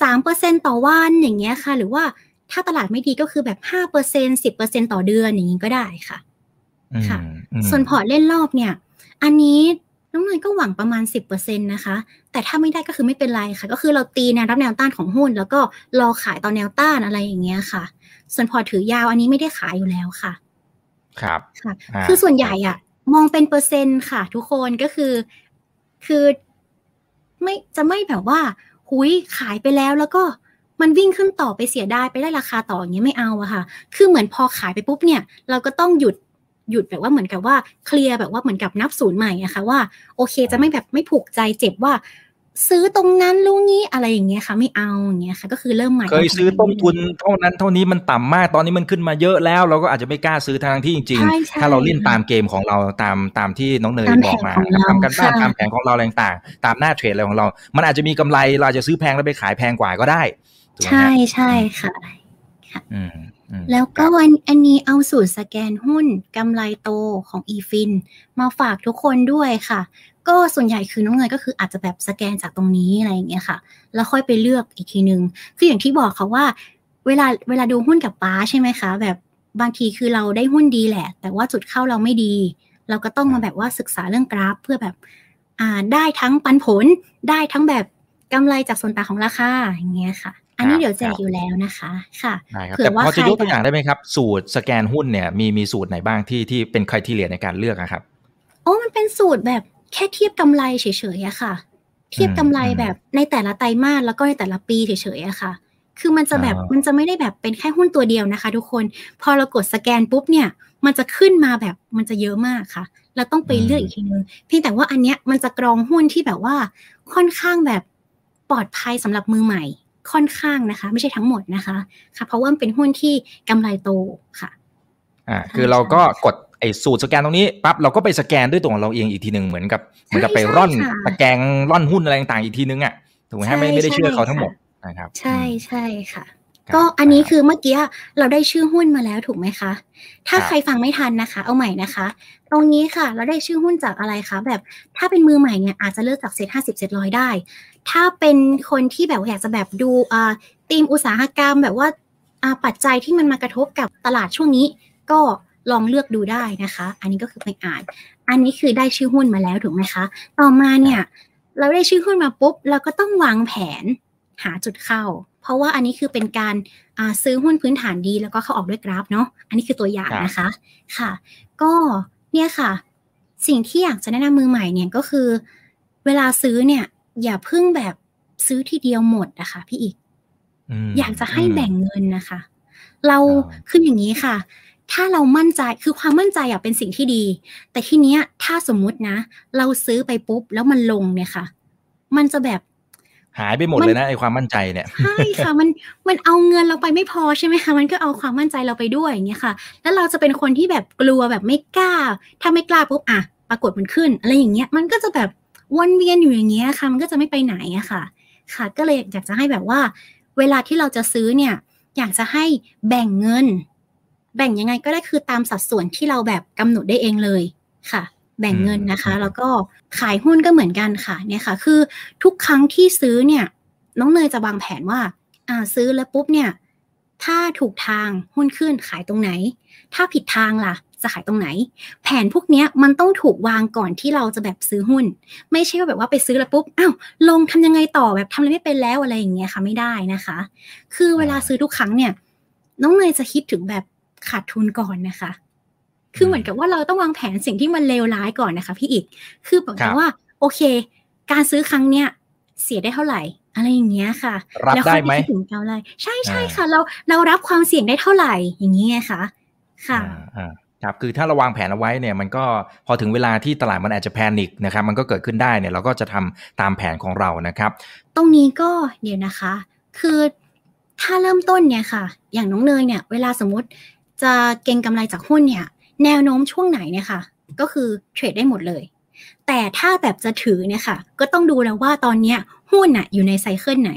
3% ต่อวันอย่างเงี้ยค่ะหรือว่าถ้าตลาดไม่ดีก็คือแบบ 5% 10% ต่อเดือนอย่างนี้ก็ได้ค่ะค่ะส่วนพอร์ตเล่นรอบเนี่ยอันนี้น้องเนยก็หวังประมาณ 10% นะคะแต่ถ้าไม่ได้ก็คือไม่เป็นไรค่ะก็คือเราตีแนวรับแนวต้านของหุ้นแล้วก็รอขายตอนแนวต้านอะไรอย่างเงี้ยค่ะส่วนพอร์ตถือยาวอันนี้ไม่ได้ขายอยู่แล้วค่ะครับค่ะคือส่วนใหญ่อะมองเป็นเปอร์เซ็นต์ค่ะทุกคนก็คือไม่แบบว่าหุยขายไปแล้วก็มันวิ่งขึ้นต่อไปเสียดายไปได้ราคาต่ออย่างเงี้ยไม่เอาอะค่ะคือเหมือนพอขายไปปุ๊บเนี่ยเราก็ต้องหยุดแบบว่าเหมือนกับว่าเคลียร์แบบว่าเหมือนกับนับศูนย์ใหม่อะค่ะว่าโอเคจะไม่แบบไม่ผูกใจเจ็บว่าซื้อตรงนั้นรู้งี้อะไรอย่างเงี้ยค่ะไม่เอาอย่างเงี้ยค่ะก็คือเริ่มใหม่เคยซื้อต้นทุนเท่านั้นเท่านี้มันต่ำมากตอนนี้มันขึ้นมาเยอะแล้วเราก็อาจจะไม่กล้าซื้อทางที่จริงๆถ้าเราเล่นตามเกมของเราตามที่น้องเนยบอกมาทำกันบ้านตามแผนของเราต่างๆตามหน้าเทรดอะไรของเรามันอาจจะมีกำไรเราอาจจะซื้อแพงแล้วไปขายแพงกว่าก็ได้ใช่ใช่ค่ะแล้วก็อันนี้เอาสูตรสแกนหุ้นกำไรโตของ eFin มาฝากทุกคนด้วยค่ะก็ส่วนใหญ่คือน้องเนยก็คืออาจจะแบบสแกนจากตรงนี้อะไรอย่างเงี้ยค่ะแล้วค่อยไปเลือกอีกทีนึงคืออย่างที่บอกค่ะว่าเวลาดูหุ้นกับป้าใช่ไหมคะแบบบางทีคือเราได้หุ้นดีแหละแต่ว่าจุดเข้าเราไม่ดีเราก็ต้องมาแบบว่าศึกษาเรื่องกราฟเพื่อแบบได้ทั้งปันผลได้ทั้งแบบกำไรจากส่วนต่างของราคาอย่างเงี้ยค่ะอันนี้เดี๋ยวแจกอยู่แล้วนะคะค่ะเผื่อว่าพอจะยกตัวอย่างได้ไหมครับสูตรสแกนหุ้นเนี่ยมีสูตรไหนบ้างที่เป็นไครทีเรียในการเลือกครับมันเป็นสูตรแบบแค่เทียบกำไรเฉยๆอะค่ะเทียบกำไรแบบในแต่ละไตรมาสแล้วก็ในแต่ละปีเฉยๆอะค่ะคือมันจะไม่ได้แบบเป็นแค่หุ้นตัวเดียวนะคะทุกคนพอเรากดสแกนปุ๊บเนี่ยมันจะขึ้นมาแบบมันจะเยอะมากค่ะเราต้องไปเลือกอีกทีนึงเพียงแต่ว่าอันเนี้ยมันจะกรองหุ้นที่แบบว่าค่อนข้างแบบปลอดภัยสำหรับมือใหม่ค่อนข้างนะคะไม่ใช่ทั้งหมดนะคะค่ะเพราะว่ามันเป็นหุ้นที่กำไรโตค่ะคือเราก็กดไอ้สูตรสแกนตรงนี้ปั๊บเราก็ไปสแกนด้วยตัวของเราเองอีกทีนึงเหมือนกับไปร่อนตะแกรงร่อนหุ้นอะไรต่างๆอีกทีนึงอ่ะถูกไหมไม่ได้เชื่อเขาทั้งหมดนะครับใช่ค่ะก็อันนี้คือเมื่อกี้เราได้ชื่อหุ้นมาแล้วถูกไหมคะถ้าใครฟังไม่ทันนะคะเอาใหม่นะคะตรงนี้ค่ะเราได้ชื่อหุ้นจากอะไรคะแบบถ้าเป็นมือใหม่เนี่ยอาจจะเลือกจากเซ็ต50 700ได้ถ้าเป็นคนที่แบบอยากจะแบบดูธีมอุตสาหกรรมแบบว่าปัจจัยที่มันมากระทบกับตลาดช่วงนี้ก็ลองเลือกดูได้นะคะอันนี้ก็คือไปอ่านอันนี้คือได้ชื่อหุ้นมาแล้วถูกไหมคะต่อมาเนี่ยเราได้ชื่อหุ้นมาปุ๊บเราก็ต้องวางแผนหาจุดเข้าเพราะว่าอันนี้คือเป็นการซื้อหุ้นพื้นฐานดีแล้วก็เข้าออกด้วยกราฟเนาะอันนี้คือตัวอย่างนะคะค่ะก็เนี่ยค่ะสิ่งที่อยากจะแนะนำมือใหม่เนี่ยก็คือเวลาซื้อเนี่ยอย่าเพิ่งแบบซื้อทีเดียวหมดนะคะพี่อีกอยากจะให้แบ่งเงินนะคะเราคืออย่างนี้ค่ะถ้าเรามั่นใจคือความมั่นใจเป็นสิ่งที่ดีแต่ทีเนี้ยถ้าสมมุตินะเราซื้อไปปุ๊บแล้วมันลงเนี่ยค่ะมันจะแบบหายไปหมดเลยนะไอ้ความมั่นใจเนี่ยใช่ค่ะมันเอาเงินเราไปไม่พอใช่ไหมคะมันก็เอาความมั่นใจเราไปด้วยอย่างเงี้ยค่ะแล้วเราจะเป็นคนที่แบบกลัวแบบไม่กล้าถ้าไม่กล้าปุ๊บปรากฏมันขึ้นอะไรอย่างเงี้ยมันก็จะแบบวนเวียนอยู่อย่างเงี้ยค่ะมันก็จะไม่ไปไหนอะค่ะค่ะก็เลยอยากจะให้แบบว่าเวลาที่เราจะซื้อเนี่ยอยากจะให้แบ่งเงินแบ่งยังไงก็ได้คือตามสัดส่วนที่เราแบบกำหนดได้เองเลยค่ะแบ่งเงินนะคะแล้วก็ขายหุ้นก็เหมือนกันค่ะเนี่ยค่ะคือทุกครั้งที่ซื้อเนี่ยน้องเนยจะวางแผนว่าซื้อแล้วปุ๊บเนี่ยถ้าถูกทางหุ้นขึ้นขายตรงไหนถ้าผิดทางล่ะจะขายตรงไหนแผนพวกเนี้ยมันต้องถูกวางก่อนที่เราจะแบบซื้อหุ้นไม่ใช่ว่าแบบว่าไปซื้อแล้วปุ๊บลงทำยังไงต่อแบบทำอะไรไม่เป็นแล้วอะไรอย่างเงี้ยค่ะไม่ได้นะคะคือเวลาซื้อทุกครั้งเนี่ยน้องเนยจะคิดถึงแบบขาดทุนก่อนนะคะคือเหมือนกับว่าเราต้องวางแผนสิ่งที่มันเลวร้ายก่อนนะคะพี่อีกคือบอกว่าโอเคการซื้อครั้งเนี้ยเสียได้เท่าไหร่อะไรอย่างเงี้ยค่ะรับได้ไหมถึงเท่าไหร่ใช่ค่ะเรารับความเสี่ยงได้เท่าไหร่อย่างนี้ไงคะค่ะครับคือถ้าเราวางแผนเอาไว้เนี่ยมันก็พอถึงเวลาที่ตลาดมันอาจจะแพนิคนะครับมันก็เกิดขึ้นได้เนี่ยเราก็จะทำตามแผนของเรานะครับตรงนี้ก็เดี๋ยวนะคะคือถ้าเริ่มต้นเนี่ยค่ะอย่างน้องเนยเนี่ยเวลาสมมติจะเก็งกำไรจากหุ้นเนี่ยแนวโน้มช่วงไหนเนี่ยค่ะก็คือเทรดได้หมดเลยแต่ถ้าแบบจะถือเนี่ยค่ะก็ต้องดูแล้วว่าตอนเนี้ยหุ้นอยู่ในไซเคิลไหน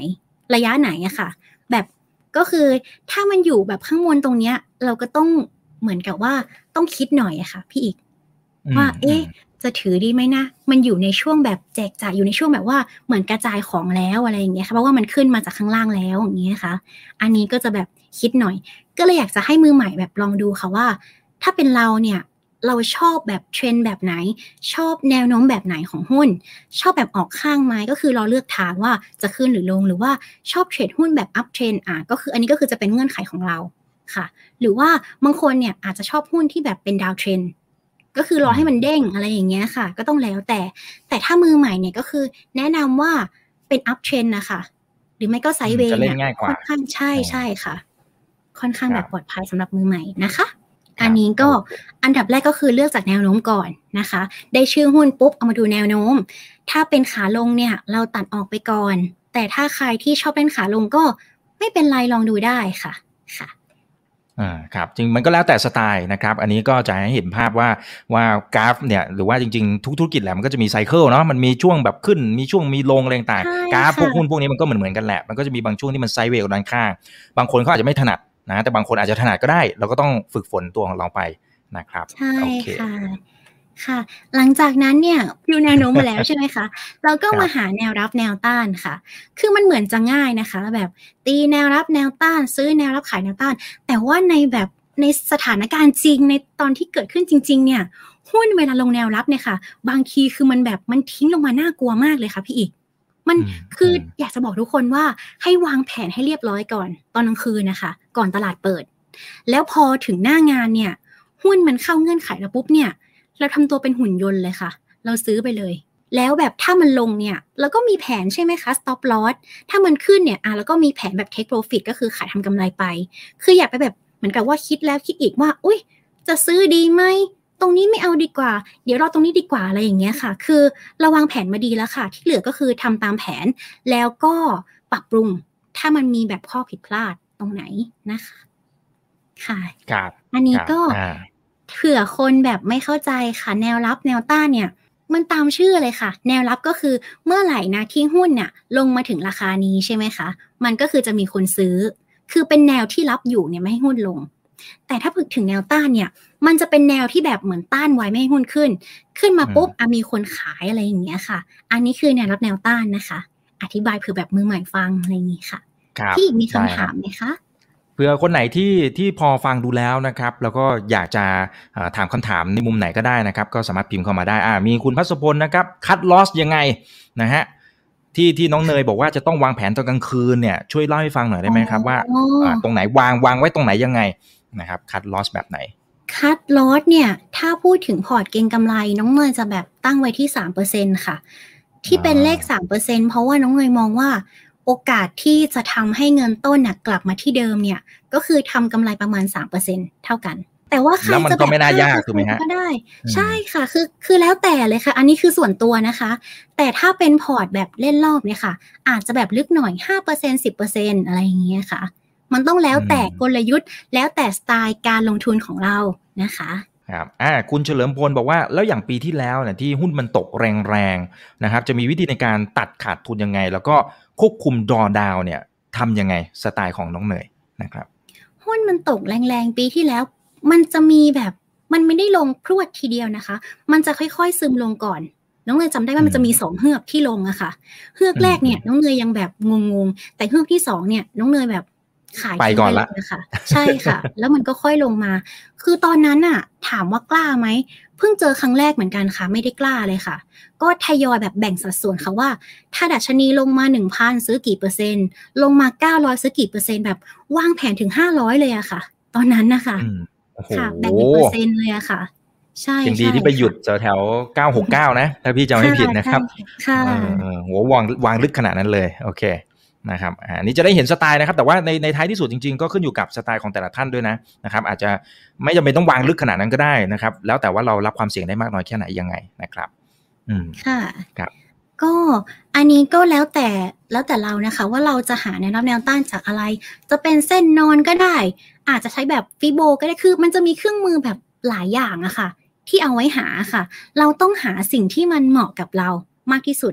ระยะไหนอะค่ะแบบก็คือถ้ามันอยู่แบบข้างบนตรงเนี้ยเราก็ต้องเหมือนกับว่าต้องคิดหน่อยอะค่ะพี่อีกว่าจะถือดีไหมนะมันอยู่ในช่วงแบบแจกจ่ายอยู่ในช่วงแบบว่าเหมือนกระจายของแล้วอะไรอย่างเงี้ยค่ะเพราะว่ามันขึ้นมาจากข้างล่างแล้วอย่างเงี้ยค่ะอันนี้ก็จะแบบคิดหน่อยก็เลยอยากจะให้มือใหม่แบบลองดูค่ะว่าถ้าเป็นเราเนี่ยเราชอบแบบเทรนด์แบบไหนชอบแนวโน้มแบบไหนของหุ้นชอบแบบออกข้างไหมก็คือเราเลือกทางว่าจะขึ้นหรือลงหรือว่าชอบเทรดหุ้นแบบอัพเทรนก็คืออันนี้ก็คือจะเป็นเงื่อนไขของเราค่ะหรือว่าบางคนเนี่ยอาจจะชอบหุ้นที่แบบเป็นดาวเทรนก็คือรอให้มันเด้งอะไรอย่างเงี้ยค่ะก็ต้องแล้วแต่ถ้ามือใหม่เนี่ยก็คือแนะนำว่าเป็นอัพเทรนนะคะหรือไม่ก็ไซด์เวย์เนี่ยค่อนข้างใช่ค่ะค่อนข้างแบบปลอดภัยสำหรับมือใหม่นะคะอันนี้ก็อันดับแรกก็คือเลือกจากแนวโน้มก่อนนะคะได้ชื่อหุ้นปุ๊บเอามาดูแนวโน้มถ้าเป็นขาลงเนี่ยเราตัดออกไปก่อนแต่ถ้าใครที่ชอบเล่นขาลงก็ไม่เป็นไรลองดูได้ค่ะครับจริงมันก็แล้วแต่สไตล์นะครับอันนี้ก็จะให้เห็นภาพว่ากราฟเนี่ยหรือว่าจริงๆทุกธุรกิจแหละมันก็จะมีไซเคิลเนาะมันมีช่วงแบบขึ้นมีช่วงมีลงอะไรต่างๆกราฟพวกหุ้นพวกนี้มันก็เหมือนกันแหละมันก็จะมีบางช่วงที่มันไซด์เวย์ด้านข้างบางคนเขาอาจจะไม่ถนัดนะแต่บางคนอาจจะถนัดก็ได้เราก็ต้องฝึกฝนตัวของเราไปนะครับใช่ค่ะหลังจากนั้นเนี่ยดูแนวโน้มมาแล้วใช่ไหมคะเราก็มาหาแนวรับแนวต้านค่ะคือมันเหมือนจะง่ายนะคะแบบตีแนวรับแนวต้านซื้อแนวรับขายแนวต้านแต่ว่าในสถานการณ์จริงในตอนที่เกิดขึ้นจริงๆเนี่ยหุ้นเวลาลงแนวรับเนี่ยค่ะบางทีคือมันแบบมันทิ้งลงมาน่ากลัวมากเลยค่ะพี่อีกมันคืออยากจะบอกทุกคนว่าให้วางแผนให้เรียบร้อยก่อนตอนกลางคืนนะคะก่อนตลาดเปิดแล้วพอถึงหน้างานเนี่ยหุ้นมันเข้าเงื่อนไขแล้วปุ๊บเนี่ยเราทำตัวเป็นหุ่นยนต์เลยค่ะเราซื้อไปเลยแล้วแบบถ้ามันลงเนี่ยเราก็มีแผนใช่ไหมคะ stop loss ถ้ามันขึ้นเนี่ยแล้วก็มีแผนแบบ take profit ก็คือขายทำกำไรไปคืออย่าไปแบบเหมือนกับว่าคิดแล้วคิดอีกว่าอุ๊ยจะซื้อดีไหมตรงนี้ไม่เอาดีกว่าเดี๋ยวรอตรงนี้ดีกว่าอะไรอย่างเงี้ยค่ะคือเราวางแผนมาดีแล้วค่ะที่เหลือก็คือทำตามแผนแล้วก็ปรับปรุงถ้ามันมีแบบข้อผิดพลาดตรงไหนนะคะค่ะอันนี้ก็เผื่อคนแบบไม่เข้าใจค่ะแนวรับแนวต้านเนี่ยมันตามชื่อเลยค่ะแนวรับก็คือเมื่อไหร่นะที่หุ้นเนี่ยลงมาถึงราคานี้ใช่ไหมคะมันก็คือจะมีคนซื้อคือเป็นแนวที่รับอยู่เนี่ยไม่ให้หุ้นลงแต่ถ้าถึงแนวต้านเนี่ยมันจะเป็นแนวที่แบบเหมือนต้านไว้ไม่ให้หุ้นขึ้นมาปุ๊บมีคนขายอะไรอย่างเงี้ยค่ะอันนี้คือแนวรับแนวต้านนะคะอธิบายเผื่อแบบมือใหม่ฟังอะไรอย่างงี้ค่ะพี่มีคำถามไหมคะเผื่อคนไหนที่พอฟังดูแล้วนะครับแล้วก็อยากจะถามคำถามในมุมไหนก็ได้นะครับก็สามารถพิมพ์เข้ามาได้มีคุณพัศพลนะครับคัทลอสยังไงนะฮะที่น้องเนยบอกว่าจะต้องวางแผนตอนกลางคืนเนี่ยช่วยเล่าให้ฟังหน่อยได้ไหมครับว่าตรงไหนวางไว้ตรงไหนยังไงนะครับคัทลอสแบบไหนคัทลอสเนี่ยถ้าพูดถึงพอร์ตเก็งกำไรน้องเนยจะแบบตั้งไว้ที่ 3% ค่ะที่เป็นเลข 3% เพราะว่าน้องเนยมองว่าโอกาสที่จะทำให้เงินต้นกลับมาที่เดิมเนี่ยก็คือทำกำไรประมาณ 3% เท่ากันแต่ว่าใครจะแบบ 5% ก็ได้ใช่ค่ะคือแล้วแต่เลยค่ะอันนี้คือส่วนตัวนะคะแต่ถ้าเป็นพอร์ตแบบเล่นรอบเนี่ยค่ะอาจจะแบบลึกหน่อย 5% 10% อะไรอย่างเงี้ยค่ะมันต้องแล้วแต่กลยุทธ์แล้วแต่สไตล์การลงทุนของเรานะคะครับคุณเฉลิมพลบอกว่าแล้วอย่างปีที่แล้วเนี่ยที่หุ้นมันตกแรงๆนะครับจะมีวิธีในการตัดขาดทุนยังไงแล้วก็ควบคุม drawdown เนี่ยทำยังไงสไตล์ของน้องเนยนะครับหุ้นมันตกแรงๆปีที่แล้วมันจะมีแบบมันไม่ได้ลงพรวดทีเดียวนะคะมันจะค่อยๆซึมลงก่อนน้องเนยจำได้ว่ามันจะมี2เฮือกที่ลงอะค่ะเฮือกแรกเนี่ยน้องเนยยังแบบงงๆแต่เฮือกที่2เนี่ยน้องเนยแบบขายไปก่อนละนะคะใช่ค่ะแล้วมันก็ค่อยลงมาคือตอนนั้นน่ะถามว่ากล้าไหมเพิ่งเจอครั้งแรกเหมือนกันค่ะไม่ได้กล้าเลยค่ะก็ทยอยแบบแบ่งสัดส่วนค่ะว่าถ้าดัชนีลงมา 1,000 ซื้อกี่เปอร์เซ็นต์ลงมา900ซื้อกี่เปอร์เซ็นต์แบบวางแผนถึง500เลยอะค่ะตอนนั้นนะคะค่ะแบ่งเป็นเปอร์เซ็นต์เลยอะค่ะใช่ยังดีที่ไปหยุดแถว969นะถ้าพี่จำไม่ผิดนะครับค่ะโหวางลึกขนาดนั้นเลยโอเคนะครับอันนี้จะได้เห็นสไตล์นะครับแต่ว่าในท้ายที่สุดจริงๆก็ขึ้นอยู่กับสไตล์ของแต่ละท่านด้วยนะครับอาจจะไม่จำเป็นต้องวางลึกขนาดนั้นก็ได้นะครับแล้วแต่ว่าเรารับความเสี่ยงได้มากน้อยแค่ไหนยังไงนะครับค่ะครับก็อันนี้ก็แล้วแต่เรานะคะว่าเราจะหาแนวรับแนวต้านจากอะไรจะเป็นเส้นนอนก็ได้อาจจะใช้แบบฟิโบก็ได้คือมันจะมีเครื่องมือแบบหลายอย่างอะค่ะที่เอาไว้หาค่ะเราต้องหาสิ่งที่มันเหมาะกับเรามากที่สุด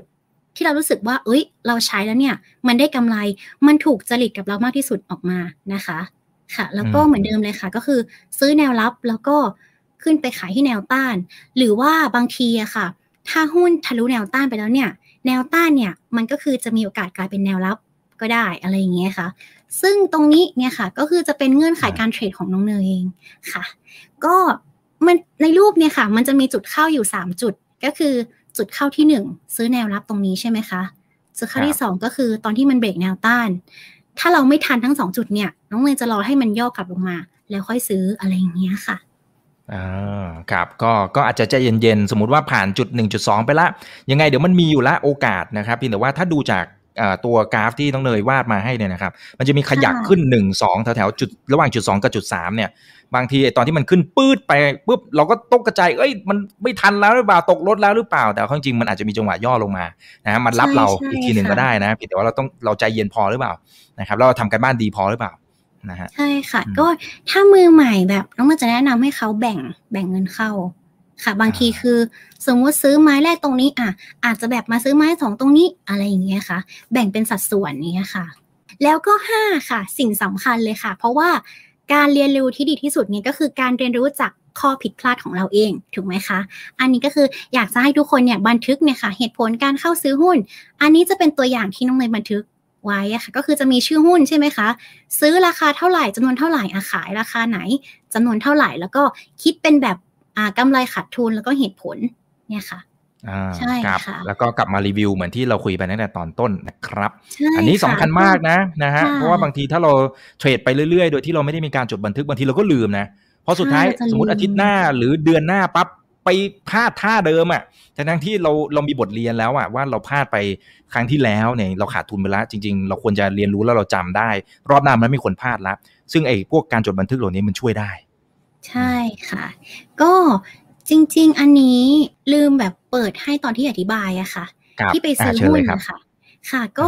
ที่เรารู้สึกว่าเราใช้แล้วเนี่ยมันได้กำไรมันถูกจริตกับเรามากที่สุดออกมานะคะค่ะแล้วก็เหมือนเดิมเลยค่ะก็คือซื้อแนวรับแล้วก็ขึ้นไปขายที่แนวต้านหรือว่าบางทีอะค่ะถ้าหุ้นทะลุแนวต้านไปแล้วเนี่ยแนวต้านเนี่ยมันก็คือจะมีโอกาสกลายเป็นแนวรับก็ได้อะไรอย่างเงี้ยค่ะซึ่งตรงนี้เนี่ยค่ะก็คือจะเป็นเงื่อนไขการเทรดของน้องเนยเองค่ะก็มันในรูปเนี่ยค่ะมันจะมีจุดเข้าอยู่3จุดก็คือจุดเข้าที่1ซื้อแนวรับตรงนี้ใช่ไหมคะจุดเข้าที่2ก็คือตอนที่มันเบรกแนวต้านถ้าเราไม่ทันทั้ง2จุดเนี่ยน้องเนยจะรอให้มันย่อกลับลงมาแล้วค่อยซื้ออะไรอย่างเงี้ยค่ะครับก็อาจจะใจเย็นๆสมมุติว่าผ่านจุด 1.2 ไปละยังไงเดี๋ยวมันมีอยู่ละโอกาสนะครับเพียงแต่ว่าถ้าดูจากตัวกราฟที่น้องเนยวาดมาให้เนี่ยนะครับมันจะมีขยักขึ้น1 2แถวๆจุดระหว่างจุด2กับจุด3เนี่ยบางทีตอนที่มันขึ้นปื๊ดไปปุ๊บเราก็ตกกระจายมันไม่ทันแล้วหรือเปล่าตกรถแล้วหรือเปล่าแต่จริงๆมันอาจจะมีจังหวะย่อลงมานะมันรับเราอีกทีนึงก็ได้นะเพียงแต่ว่าเราใจเย็นพอหรือเปล่านะครับแล้วเราทำการบ้านดีพอหรือเปล่านะฮะใช่ค่ะก็ถ้ามือใหม่แบบน้องมันจะแนะนำให้เขาแบ่งเงินเข้าค่ะบางทีคือสมมติซื้อไม้แรกตรงนี้อาจจะแบบมาซื้อไม้2ตรงนี้อะไรอย่างเงี้ยค่ะแบ่งเป็นสัดส่วนนี้ค่ะแล้วก็5ค่ะสิ่งสำคัญเลยค่ะเพราะว่าการเรียนรู้ที่ดีที่สุดเนี่ยก็คือการเรียนรู้จากข้อผิดพลาดของเราเองถูกไหมคะอันนี้ก็คืออยากจะให้ทุกคนเนี่ยบันทึกเนี่ยค่ะเหตุผลการเข้าซื้อหุ้นอันนี้จะเป็นตัวอย่างที่น้องเนยบันทึกไว้ค่ะก็คือจะมีชื่อหุ้นใช่ไหมคะซื้อราคาเท่าไหร่จำนวนเท่าไหร่ขายราคาไหนจำนวนเท่าไหร่แล้วก็คิดเป็นแบบกำไรขาดทุนแล้วก็เหตุผลเนี่ยค่ะใช่ค่ะแล้วก็กลับมารีวิวเหมือนที่เราคุยไปตั้งแต่ตอนต้นนะครับอันนี้สำคัญมากนะฮะเพราะว่าบางทีถ้าเราเทรดไปเรื่อยๆโดยที่เราไม่ได้มีการจดบันทึกบางทีเราก็ลืมนะเพราะสุดท้ายสมมติอาทิตย์หน้าหรือเดือนหน้าปั๊บไปพลาดท่าเดิมทั้งที่เรามีบทเรียนแล้วว่าเราพลาดไปครั้งที่แล้วเนี่ยเราขาดทุนไปแล้วจริงๆเราควรจะเรียนรู้แล้วเราจำได้รอบหน้ามันไม่ควรพลาดละซึ่งไอ้พวกการจดบันทึกเหล่านี้มันช่วยได้ใช่ค่ะก็จริงๆอันนี้ลืมแบบเปิดให้ตอนที่อธิบายอะค่ะที่ไปซื้อหุ้นนะคะค่ะก็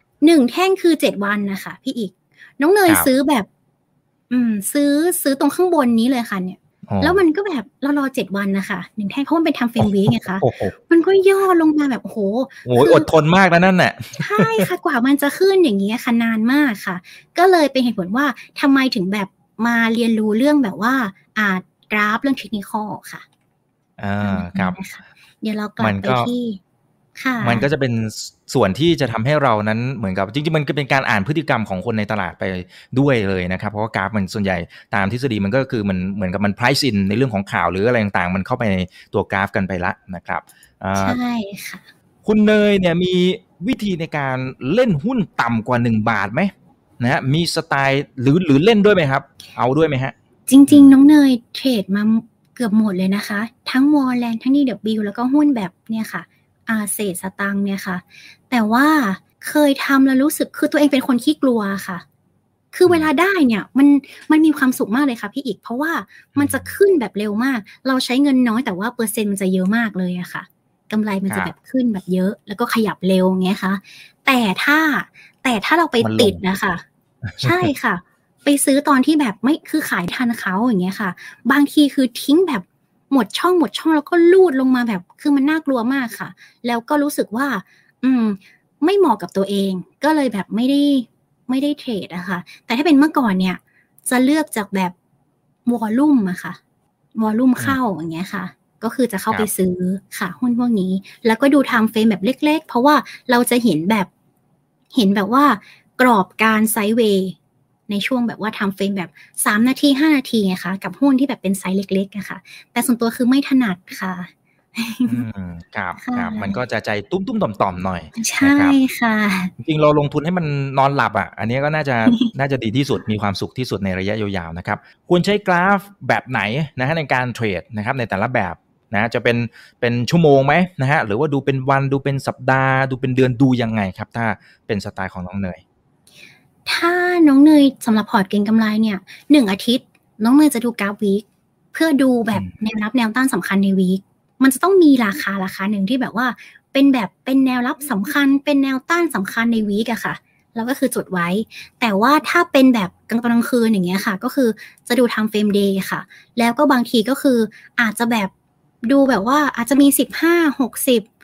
1แท่งคือ7วันนะคะพี่อีกน้องเนยซื้อแบบซื้อตรงข้างบนนี้เลยค่ะเนี่ยแล้วมันก็แบบเรารอ7วันนะคะ1แท่งเพราะมันเป็นทำเฟรมวีคไงคะมันก็ย่อลงมาแบบโอ้โหอดทนมากนะนั่นแหละใช่ค่ะกว่ามันจะขึ้นอย่างนี้ค่ะนานมากค่ะก็เลยเป็นเหตุผลว่าทำไมถึงแบบมาเรียนรู้เรื่องแบบว่ากราฟเรื่องเทคนิคอลค่ะครับเดี๋ยวเรากลับไปที่ค่ะมันก็จะเป็นส่วนที่จะทำให้เรานั้นเหมือนกับจริงๆมันก็เป็นการอ่านพฤติกรรมของคนในตลาดไปด้วยเลยนะครับเพราะว่ากราฟมันส่วนใหญ่ตามทฤษฎีมันก็คือมันเหมือนกับมัน price in ในเรื่องของข่าวหรืออะไรต่างๆมันเข้าไปในตัวกราฟกันไปละนะครับใช่ค่ะคุณเนยเนี่ยมีวิธีในการเล่นหุ้นต่ำกว่า1บาทไหมนะฮะมีสไตล์หรือเล่นด้วยไหมครับเอาด้วยไหมฮะจริงๆน้องเนยเทรดมาเกือบหมดเลยนะคะทั้งวอลแลนทั้งDWแล้วก็หุ้นแบบเนี่ยค่ะเศษสตังค์เนี่ยค่ะแต่ว่าเคยทำแล้วรู้สึกคือตัวเองเป็นคนขี้กลัวค่ะคือเวลาได้เนี่ยมันมีความสุขมากเลยค่ะพี่อีกเพราะว่ามันจะขึ้นแบบเร็วมากเราใช้เงินน้อยแต่ว่าเปอร์เซ็นต์มันจะเยอะมากเลยอะค่ะกำไรมันจะแบบขึ้นแบบเยอะแล้วก็ขยับเร็วอย่างเงี้ยค่ะแต่ถ้าเราไปติดนะคะใช่ค่ะไปซื้อตอนที่แบบไม่คือขายทันเขาอย่างเงี้ยค่ะบางทีคือทิ้งแบบหมดช่องแล้วก็ลูดลงมาแบบคือมันน่ากลัวมากค่ะแล้วก็รู้สึกว่าไม่เหมาะกับตัวเองก็เลยแบบไม่ได้เทรดอะค่ะแต่ถ้าเป็นเมื่อก่อนเนี่ยจะเลือกจากแบบวอลลุ่มอะค่ะวอลลุ่มเข้าอย่างเงี้ยค่ะก็คือจะเข้าไปซื้อค่ะหุ้นพวกนี้แล้วก็ดูไทม์เฟรมแบบเล็กๆเพราะว่าเราจะเห็นแบบว่ากรอบการไซด์เวย์ในช่วงแบบว่าไทม์เฟรมแบบ3นาที5นาทีไงคะกับหุ้นที่แบบเป็นไซส์เล็กๆนะคะแต่ส่วนตัวคือไม่ถนัดค่ะครับมันก็จะใจตุ้มๆต่อมๆหน่อยใช่ค่ะจริงๆเราลงทุนให้มันนอนหลับอันนี้ก็น่าจะดีที่สุดมีความสุขที่สุดในระยะยาวๆนะครับควรใช้กราฟแบบไหนนะฮะในการเทรดนะครับในแต่ละแบบนะจะเป็นชั่วโมงไหมนะฮะหรือว่าดูเป็นวันดูเป็นสัปดาห์ดูเป็นเดือนดูยังไงครับถ้าเป็นสไตล์ของน้องเนยถ้าน้องเนยสำหรับพอร์ตเก็งกำไรเนี่ย1อาทิตย์น้องเนยจะดูกราฟวีคเพื่อดูแบบแนวรับแนวต้านสำคัญในวีคมันจะต้องมีราคาหนึ่งที่แบบว่าเป็นแนวรับสำคัญเป็นแนวต้านสำคัญในวีคอะค่ะแล้วก็คือจดไว้แต่ว่าถ้าเป็นแบบกลางคืนอย่างเงี้ยค่ะก็คือจะดูtime frame day ค่ะแล้วก็บางทีก็คืออาจจะแบบดูแบบว่าอาจจะมี15 60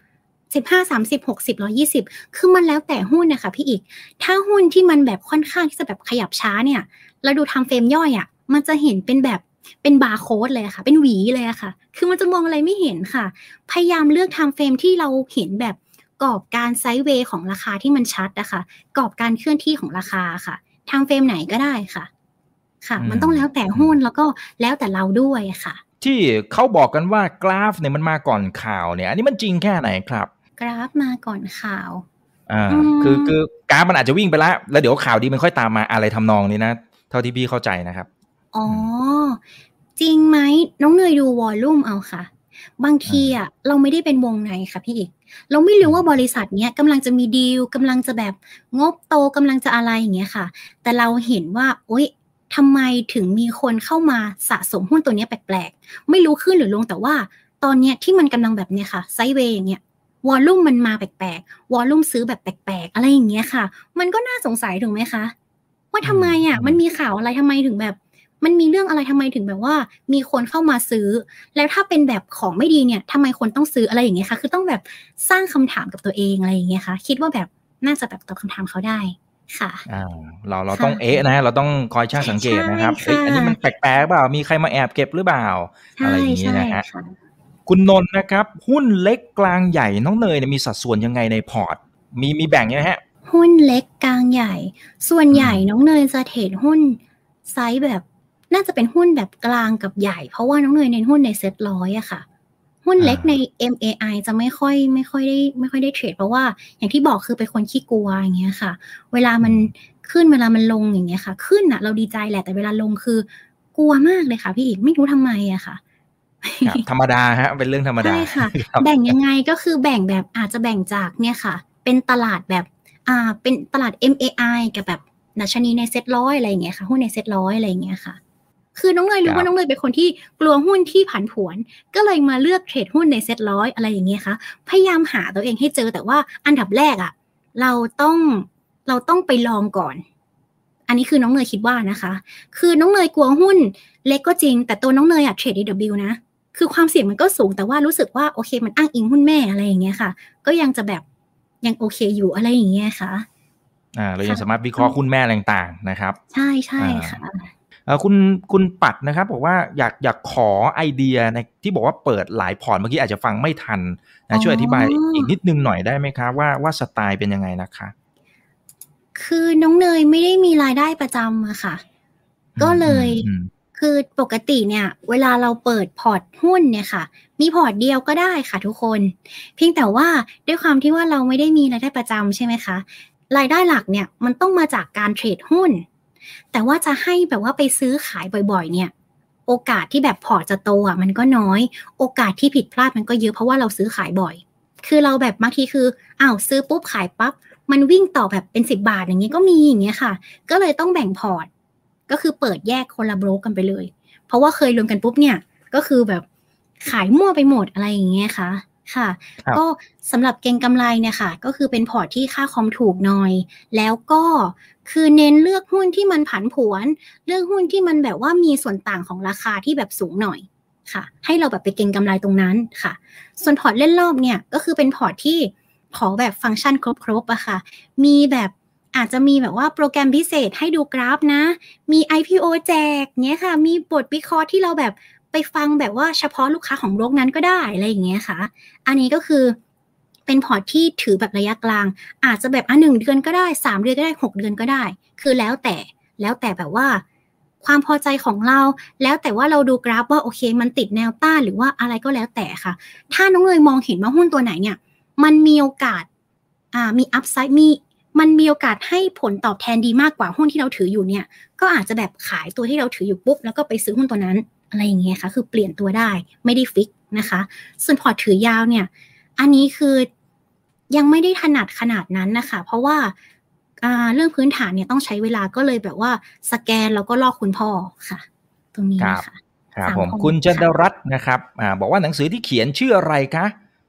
15 30 60 120คือมันแล้วแต่หุ้นน่ะค่ะพี่อีกถ้าหุ้นที่มันแบบค่อนข้างที่จะแบบขยับช้าเนี่ยเราดู time frame ย่อยอะมันจะเห็นเป็นแบบเป็นบาร์โคดเลยอะค่ะเป็นหวีเลยอะค่ะคือมันจะมองอะไรไม่เห็นค่ะพยายามเลือก time frame ที่เราเห็นแบบกรอบการไซด์เวย์ของราคาที่มันชัดอะค่ะกรอบการเคลื่อนที่ของราคาค่ะ time frame ไหนก็ได้ค่ะค่ะมันต้องแล้วแต่หุ้นแล้วก็แล้วแต่เราด้วยค่ะที่เขาบอกกันว่ากราฟเนี่ยมันมาก่อนข่าวเนี่ยอันนี้มันจริงแค่ไหนครับกราฟมาก่อนข่าวคือกราฟมันอาจจะวิ่งไปแล้วเดี๋ยวข่าวดีมันค่อยตามมาอะไรทำนองนี้นะเท่าที่พี่เข้าใจนะครับอ๋อจริงไหมน้องเนยดูวอลลุ่มเอาค่ะบางทีอ่ะเราไม่ได้เป็นวงในค่ะพี่อีกเราไม่รู้ว่าบริษัทเนี้ยกำลังจะมีดีลกำลังจะแบบงบโตกำลังจะอะไรอย่างเงี้ยค่ะแต่เราเห็นว่าโอ๊ยทำไมถึงมีคนเข้ามาสะสมหุ้นตัวเนี้ยแปลกๆไม่รู้ขึ้นหรือลงแต่ว่าตอนเนี้ยที่มันกำลังแบบเนี้ยค่ะไซด์เวย์อย่างเงี้ยวอลลุ่มมันมาแปลกๆวอลลุ่มซื้อแบบแปลกๆอะไรอย่างเงี้ยค่ะมันก็น่าสงสัยถูกไหมคะว่าทำไมอ่ะมันมีข่าวอะไรทำไมถึงแบบมันมีเรื่องอะไรทำไมถึงแบบว่ามีคนเข้ามาซื้อแล้วถ้าเป็นแบบของไม่ดีเนี่ยทำไมคนต้องซื้ออะไรอย่างเงี้ยคะคือต้องแบบสร้างคำถามกับตัวเองอะไรอย่างเงี้ยค่ะคิดว่าแบบน่าจะแบบตอบคำถามเขาได้ค่ะเราต้องนะเราต้องคอยช่างสังเกตนะครับอันนี้มันแปลกๆเปล่ามีใครมาแอบเก็บหรือเปล่าอะไรอย่างนี้นะฮะคุณนนท์นะครับหุ้นเล็กกลางใหญ่น้องเนยเนี่ยมีสัดส่วนยังไงในพอร์ตมีแบ่งยังไงฮะหุ้นเล็กกลางใหญ่ส่วนใหญ่น้องเนยจะเทรดหุ้นไซส์แบบน่าจะเป็นหุ้นแบบกลางกับใหญ่เพราะว่าน้องเนยเน้นหุ้นในเซ็ตร้อยอะค่ะหุ้นเล็กใน MAI จะไม่ค่อยได้เทรดเพราะว่าอย่างที่บอกคือเป็นคนขี้กลัวอย่างเงี้ยค่ะเวลามันขึ้นเวลามันลงอย่างเงี้ยค่ะขึ้นอะเราดีใจแหละแต่เวลาลงคือกลัวมากเลยค่ะพี่อีกไม่รู้ทำไมอะค่ะธรรมดาฮะเป็นเรื่องธรรมดาใช่ค่ะแบ่งยังไงก็คือแบ่งแบบอาจจะแบ่งจากเนี่ยค่ะเป็นตลาดแบบเป็นตลาด MAI กับแบบดัชนีในเซ็ตร้อยอะไรอย่างเงี้ยค่ะหุ้นในเซ็ตร้อยอะไรอย่างเงี้ยค่ะคือน้องเนยรู้ว่าน้องเนยเป็นคนที่กลัวหุ้นที่ผันผวนก็เลยมาเลือกเทรดหุ้นในเซ็ตร้อยอะไรอย่างเงี้ยค่ะพยายามหาตัวเองให้เจอแต่ว่าอันดับแรกอ่ะเราต้องไปลองก่อนอันนี้คือน้องเนยคิดว่านะคะคือน้องเนยกลัวหุ้นเล็กก็จริงแต่ตัวน้องเนยอะเทรด DW นะคือความเสี่ยงมันก็สูงแต่ว่ารู้สึกว่าโอเคมันอ้างอิงหุ้นแม่อะไรอย่างเงี้ยค่ะก็ยังจะแบบยังโอเคอยู่อะไรอย่างเงี้ยค่ะเรายังสามารถวิเคราะห์หุ้นแม่ต่างๆนะครับใช่ใช่ค่ะคุณปัดนะครับบอกว่าอยากขอไอเดียในที่บอกว่าเปิดหลายพอร์ตเมื่อกี้อาจจะฟังไม่ทันนะช่วยอธิบายอีกนิดนึงหน่อยได้ไหมครับว่าสไตล์เป็นยังไงนะคะคือน้องเนยไม่ได้มีรายได้ประจำอะค่ะก็เลยคือปกติเนี่ยเวลาเราเปิดพอร์ตหุ้นเนี่ยค่ะมีพอร์ตเดียวก็ได้ค่ะทุกคนเพียงแต่ว่าด้วยความที่ว่าเราไม่ได้มีรายได้ประจำใช่ไหมคะรายได้หลักเนี่ยมันต้องมาจากการเทรดหุ้นแต่ว่าจะให้แบบว่าไปซื้อขายบ่อยๆเนี่ยโอกาสที่แบบพอร์ตจะโตอ่ะมันก็น้อยโอกาสที่ผิดพลาดมันก็เยอะเพราะว่าเราซื้อขายบ่อยคือเราแบบบางทีคือซื้อปุ๊บขายปั๊บมันวิ่งต่อแบบเป็น10 บาทอย่างเงี้ยก็มีอย่างเงี้ยค่ะก็เลยต้องแบ่งพอร์ตก็คือเปิดแยกคนละโบรกกันไปเลยเพราะว่าเคยรวมกันปุ๊บเนี่ยก็คือแบบขายมั่วไปหมดอะไรอย่างเงี้ยค่ะก็สำหรับเก็งกำไรเนี่ยค่ะก็คือเป็นพอร์ตที่ค่าคอมถูกหน่อยแล้วก็คือเน้นเลือกหุ้นที่มันผันผวนเลือกหุ้นที่มันแบบว่ามีส่วนต่างของราคาที่แบบสูงหน่อยค่ะให้เราแบบไปเก็งกำไรตรงนั้นค่ะส่วนพอร์ตเล่นรอบเนี่ยก็คือเป็นพอร์ตที่ขอแบบฟังก์ชันครบๆอะค่ะมีแบบอาจจะมีแบบว่าโปรแกรมพิเศษให้ดูกราฟนะมี IPO แจกเงี้ยค่ะมีบทวิเคราะห์ที่เราแบบไปฟังแบบว่าเฉพาะลูกค้าของโบรกนั้นก็ได้อะไรอย่างเงี้ยค่ะอันนี้ก็คือเป็นพอร์ตที่ถือแบบระยะกลางอาจจะแบบ1 เดือนก็ได้3 เดือนก็ได้6 เดือนก็ได้คือแล้วแต่แบบว่าความพอใจของเราแล้วแต่ว่าเราดูกราฟว่าโอเคมันติดแนวต้านหรือว่าอะไรก็แล้วแต่ค่ะถ้าน้องเนยมองเห็นว่าหุ้นตัวไหนเนี่ยมันมีโอกาสมีอัพไซด์มันมีโอกาสให้ผลตอบแทนดีมากกว่าหุ้นที่เราถืออยู่เนี่ยก็อาจจะแบบขายตัวที่เราถืออยู่ปุ๊บแล้วก็ไปซื้อหุ้นตัวนั้นอะไรอย่างเงี้ยค่ะคือเปลี่ยนตัวได้ไม่ได้ฟิกนะคะส่วนพอร์ตถือยาวเนี่ยอันนี้คือยังไม่ได้ถนัดขนาดนั้นนะคะเพราะว่าเรื่องพื้นฐานเนี่ยต้องใช้เวลาก็เลยแบบว่าสแกนแล้วก็ลอกคุณพ่อค่ะตรงนี้นะคะครับผมคุณจันทรัตน์นะครับบอกว่าหนังสือที่เขียนชื่ออะไรคะ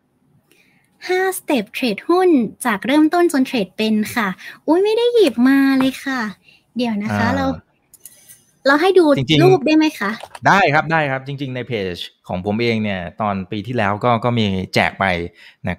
5 สเต็ปเทรดหุ้นจากเริ่มต้นจนเทรดเป็นค่ะอุ๊ยไม่ได้หยิบมาเลยค่ะเดี๋ยวนะคะเราให้ดูรูปได้ไหมคะได้ครับจริงๆในเพจของผมเองเนี่ยตอนปีที่แล้วก็มีแจกไปนะครับ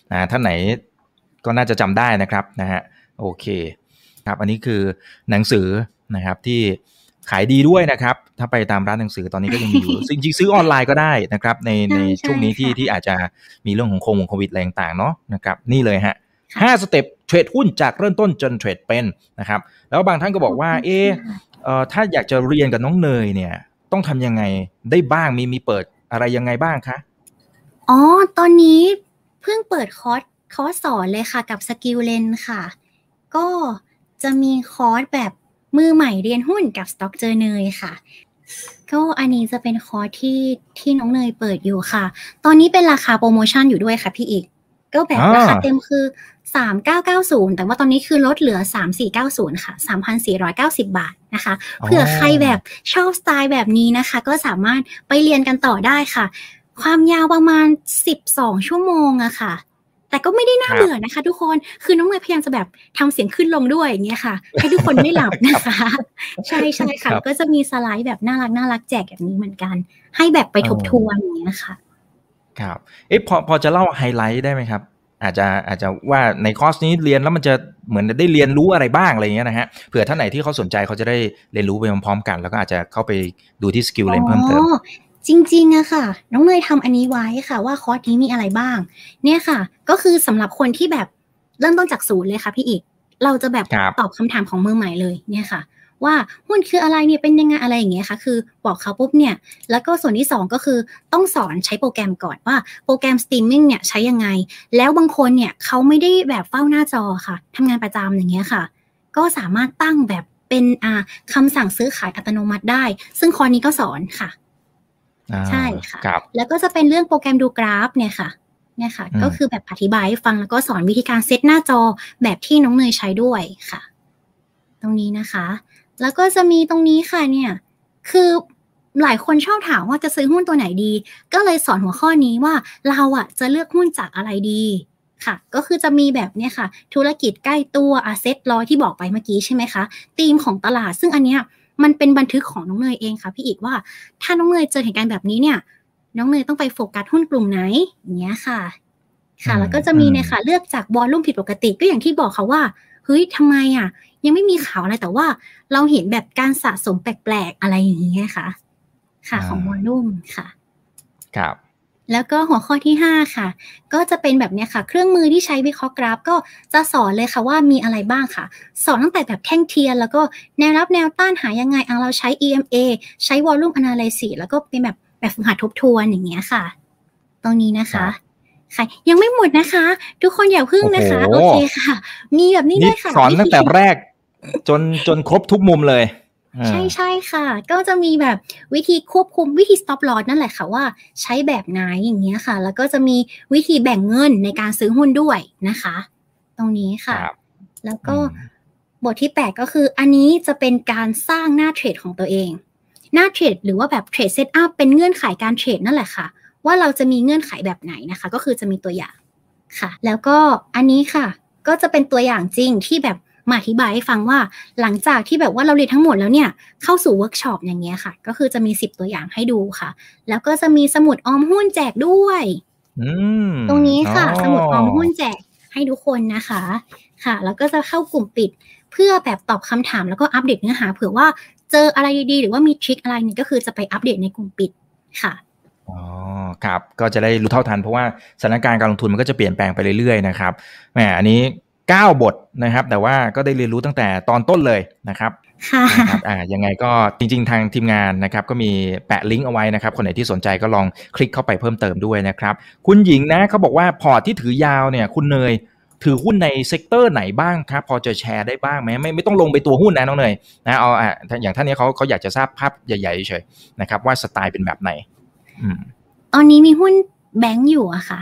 ท่านไหนก็น่าจะจำได้นะครับนะฮะโอเคครับอันนี้คือหนังสือนะครับที่ขายดีด้วยนะครับถ้าไปตามร้านหนังสือตอนนี้ก็ยังมีอยู่ จริงๆซื้อออนไลน์ก็ได้นะครับในช่วงนี้ที่อาจจะมีเรื่องของโควิดอะไรต่างๆเนาะนะครับนี่เลยฮะ5 สเต็ปเทรดหุ้นจากเริ่มต้นจนเทรดเป็นนะครับแล้วบางท่านก็บอกว่าถ้าอยากจะเรียนกับน้องเนยเนี่ยต้องทำยังไงได้บ้างมีเปิดอะไรยังไงบ้างคะอ๋อตอนนี้เพิ่งเปิดคอร์สสอนเลยค่ะกับ Skilllen ค่ะก็จะมีคอร์สแบบมือใหม่เรียนหุ้นกับ Stock เจอเนยค่ะก็อันนี้จะเป็นคอร์สที่น้องเนยเปิดอยู่ค่ะตอนนี้เป็นราคาโปรโมชั่นอยู่ด้วยค่ะพี่อีกก็แบบราคาเต็มคือ3990แต่ว่าตอนนี้คือลดเหลือ3490ค่ะ 3,490 บาทนะคะเผื่อใครแบบชอบสไตล์แบบนี้นะคะก็สามารถไปเรียนกันต่อได้ค่ะความยาวประมาณ12ชั่วโมงอะค่ะแต่ก็ไม่ได้น่าเบื่อนะคะทุกคนคือน้องเนยพยายามจะแบบทำเสียงขึ้นลงด้วยอย่างเงี้ยค่ะให้ทุกคนไม่หลับนะคะใช่ใช่ค่ะก็จะมีสไลด์แบบน่ารักแจกแบบนี้เหมือนกันให้แบบไปทบทวนอย่างเงี้ยค่ะครับพอจะเล่าไฮไลท์ได้ไหมครับอาจจะว่าในคอร์สนี้เรียนแล้วมันจะเหมือนได้เรียนรู้อะไรบ้างอะไรเงี้ยนะฮะเผื่อท่านไหนที่เขาสนใจเขาจะได้เรียนรู้ไปพร้อมๆกันแล้วก็อาจจะเข้าไปดูที่ Skilllen เพิ่มเติมจริงๆอะค่ะน้องเนยทำอันนี้ไว้ค่ะว่าคอร์สนี้มีอะไรบ้างเนี่ยค่ะก็คือสำหรับคนที่แบบเริ่มต้นจากศูนย์เลยค่ะพี่อีกเราจะแบบตอบคำถามของมือใหม่เลยเนี่ยค่ะว่าหุ้นคืออะไรเนี่ยเป็นยังไงอะไรอย่างเงี้ยค่ะคือบอกเขาปุ๊บเนี่ยแล้วก็ส่วนที่2ก็คือต้องสอนใช้โปรแกรมก่อนว่าโปรแกรมสตรีมมิ่งเนี่ยใช้ยังไงแล้วบางคนเนี่ยเขาไม่ได้แบบเฝ้าหน้าจอค่ะทำงานประจำอย่างเงี้ยค่ะก็สามารถตั้งแบบเป็นคำสั่งซื้อขายอัตโนมัติได้ซึ่งคอร์สนี้ก็สอนค่ะใช่ค่ะแล้วก็จะเป็นเรื่องโปรแกรมดูกราฟเนี่ยค่ะก็คือแบบอธิบายให้ฟังแล้วก็สอนวิธีการเซตหน้าจอแบบที่น้องเนยใช้ด้วยค่ะตรงนี้นะคะแล้วก็จะมีตรงนี้ค่ะเนี่ยคือหลายคนชอบถามว่าจะซื้อหุ้นตัวไหนดีก็เลยสอนหัวข้อนี้ว่าเราจะเลือกหุ้นจากอะไรดีค่ะก็คือจะมีแบบเนี่ยค่ะธุรกิจใกล้ตัวasset 100ที่บอกไปเมื่อกี้ใช่ไหมคะธีมของตลาดซึ่งอันเนี้ยมันเป็นบันทึกของน้องเนยเองค่ะพี่อีกว่าถ้าน้องเนยเจอเหตุการณ์แบบนี้เนี่ยน้องเนยต้องไปโฟกัสหุ้นกลุ่มไหนอย่างเงี้ยค่ะแล้วก็จะมีเนี่ยค่ะเลือกจากวอลลุ่มผิดปกติก็อย่างที่บอกค่ะว่าเฮ้ยทำไมยังไม่มีข่าวอะไรแต่ว่าเราเห็นแบบการสะสมแปลกๆอะไรอย่างเงี้ยค่ะของวอลลุ่มค่ะครับแล้วก็หัวข้อที่5ค่ะก็จะเป็นแบบนี้ค่ะเครื่องมือที่ใช้วิเคราะห์กราฟก็จะสอนเลยค่ะว่ามีอะไรบ้างค่ะสอนตั้งแต่แบบแท่งเทียนแล้วก็แนวรับแนวต้านหายังไงเราใช้ EMA ใช้ Volume Analysis แล้วก็เป็นแบบฝึกหัดทบทวนอย่างเงี้ยค่ะตรงนี้นะคะค่ะยังไม่หมดนะคะทุกคนอย่าพึ่งนะคะโอเคค่ะมีแบบนี้ด้วยค่ะสอนตั้งแต่แรกจนครบทุกมุมเลยใช่ค่ะก็จะมีแบบวิธีควบคุมวิธี stop loss นั่นแหละค่ะว่าใช้แบบไหนอย่างเงี้ยค่ะแล้วก็จะมีวิธีแบ่งเงินในการซื้อหุ้นด้วยนะคะตรงนี้ค่ะแล้วก็บทที่8ก็คืออันนี้จะเป็นการสร้างหน้าเทรดของตัวเองหน้าเทรดหรือว่าแบบเทรดเซตอัพเป็นเงื่อนไขการเทรดนั่นแหละค่ะว่าเราจะมีเงื่อนไขแบบไหนนะคะก็คือจะมีตัวอย่างค่ะแล้วก็อันนี้ค่ะก็จะเป็นตัวอย่างจริงที่แบบมาอธิบายให้ฟังว่าหลังจากที่แบบว่าเราเรียนทั้งหมดแล้วเนี่ยเข้าสู่เวิร์กช็อปอย่างเงี้ยค่ะก็คือจะมี10ตัวอย่างให้ดูค่ะแล้วก็จะมีสมุดออมหุ้นแจกด้วยตรงนี้ค่ะสมุดออมหุ้นแจกให้ทุกคนนะคะค่ะแล้วก็จะเข้ากลุ่มปิดเพื่อแบบตอบคำถามแล้วก็อัปเดตเนื้อหาเผื่อว่าเจออะไรดีๆหรือว่ามีทริคอะไรนี่ก็คือจะไปอัปเดตในกลุ่มปิดค่ะอ๋อครับก็จะได้รู้เท่าทันเพราะว่าสถานการณ์การลงทุนมันก็จะเปลี่ยนแปลงไปเรื่อยๆนะครับแหมอันนี้9 บทนะครับแต่ว่าก็ได้เรียนรู้ตั้งแต่ตอนต้นเลยนะครับนะครับยังไงก็จริงๆทางทีมงานนะครับก็มีแปะลิงก์เอาไว้นะครับคนไหนที่สนใจก็ลองคลิกเข้าไปเพิ่มเติมด้วยนะครับคุณหญิงนะเขาบอกว่าพอร์ตที่ถือยาวเนี่ยคุณเนยถือหุ้นในเซกเตอร์ไหนบ้างครับพอจะแชร์ได้บ้างไหมไม่ต้องลงไปตัวหุ้นนะน้องเนยนะเอาอย่างท่านนี้เขาอยากจะทราบภาพใหญ่ๆเฉยๆนะครับว่าสไตล์เป็นแบบไหนตอนนี้มีหุ้นแบงก์อยู่อะค่ะ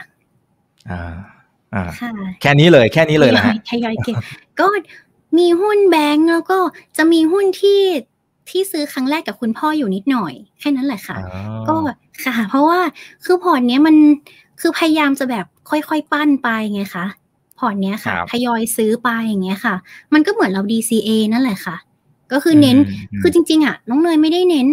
แค่นี้เลยนะฮะทยอยเก็บก็มีหุ้นแบงก์แล้วก็จะมีหุ้นที่ซื้อครั้งแรกกับคุณพ่ออยู่นิดหน่อยแค่นั้นแหละค่ะก็ค่ะเพราะว่าคือพอร์ตเนี้ยมันคือพยายามจะแบบค่อยๆปั้นไปไงคะพอร์ตเนี้ยค่ะทยอยซื้อไปอย่างเงี้ยค่ะมันก็เหมือนเรา DCA นั่นแหละค่ะก็คือเน้นคือจริงๆน้องเนยไม่ได้เน้นแบบ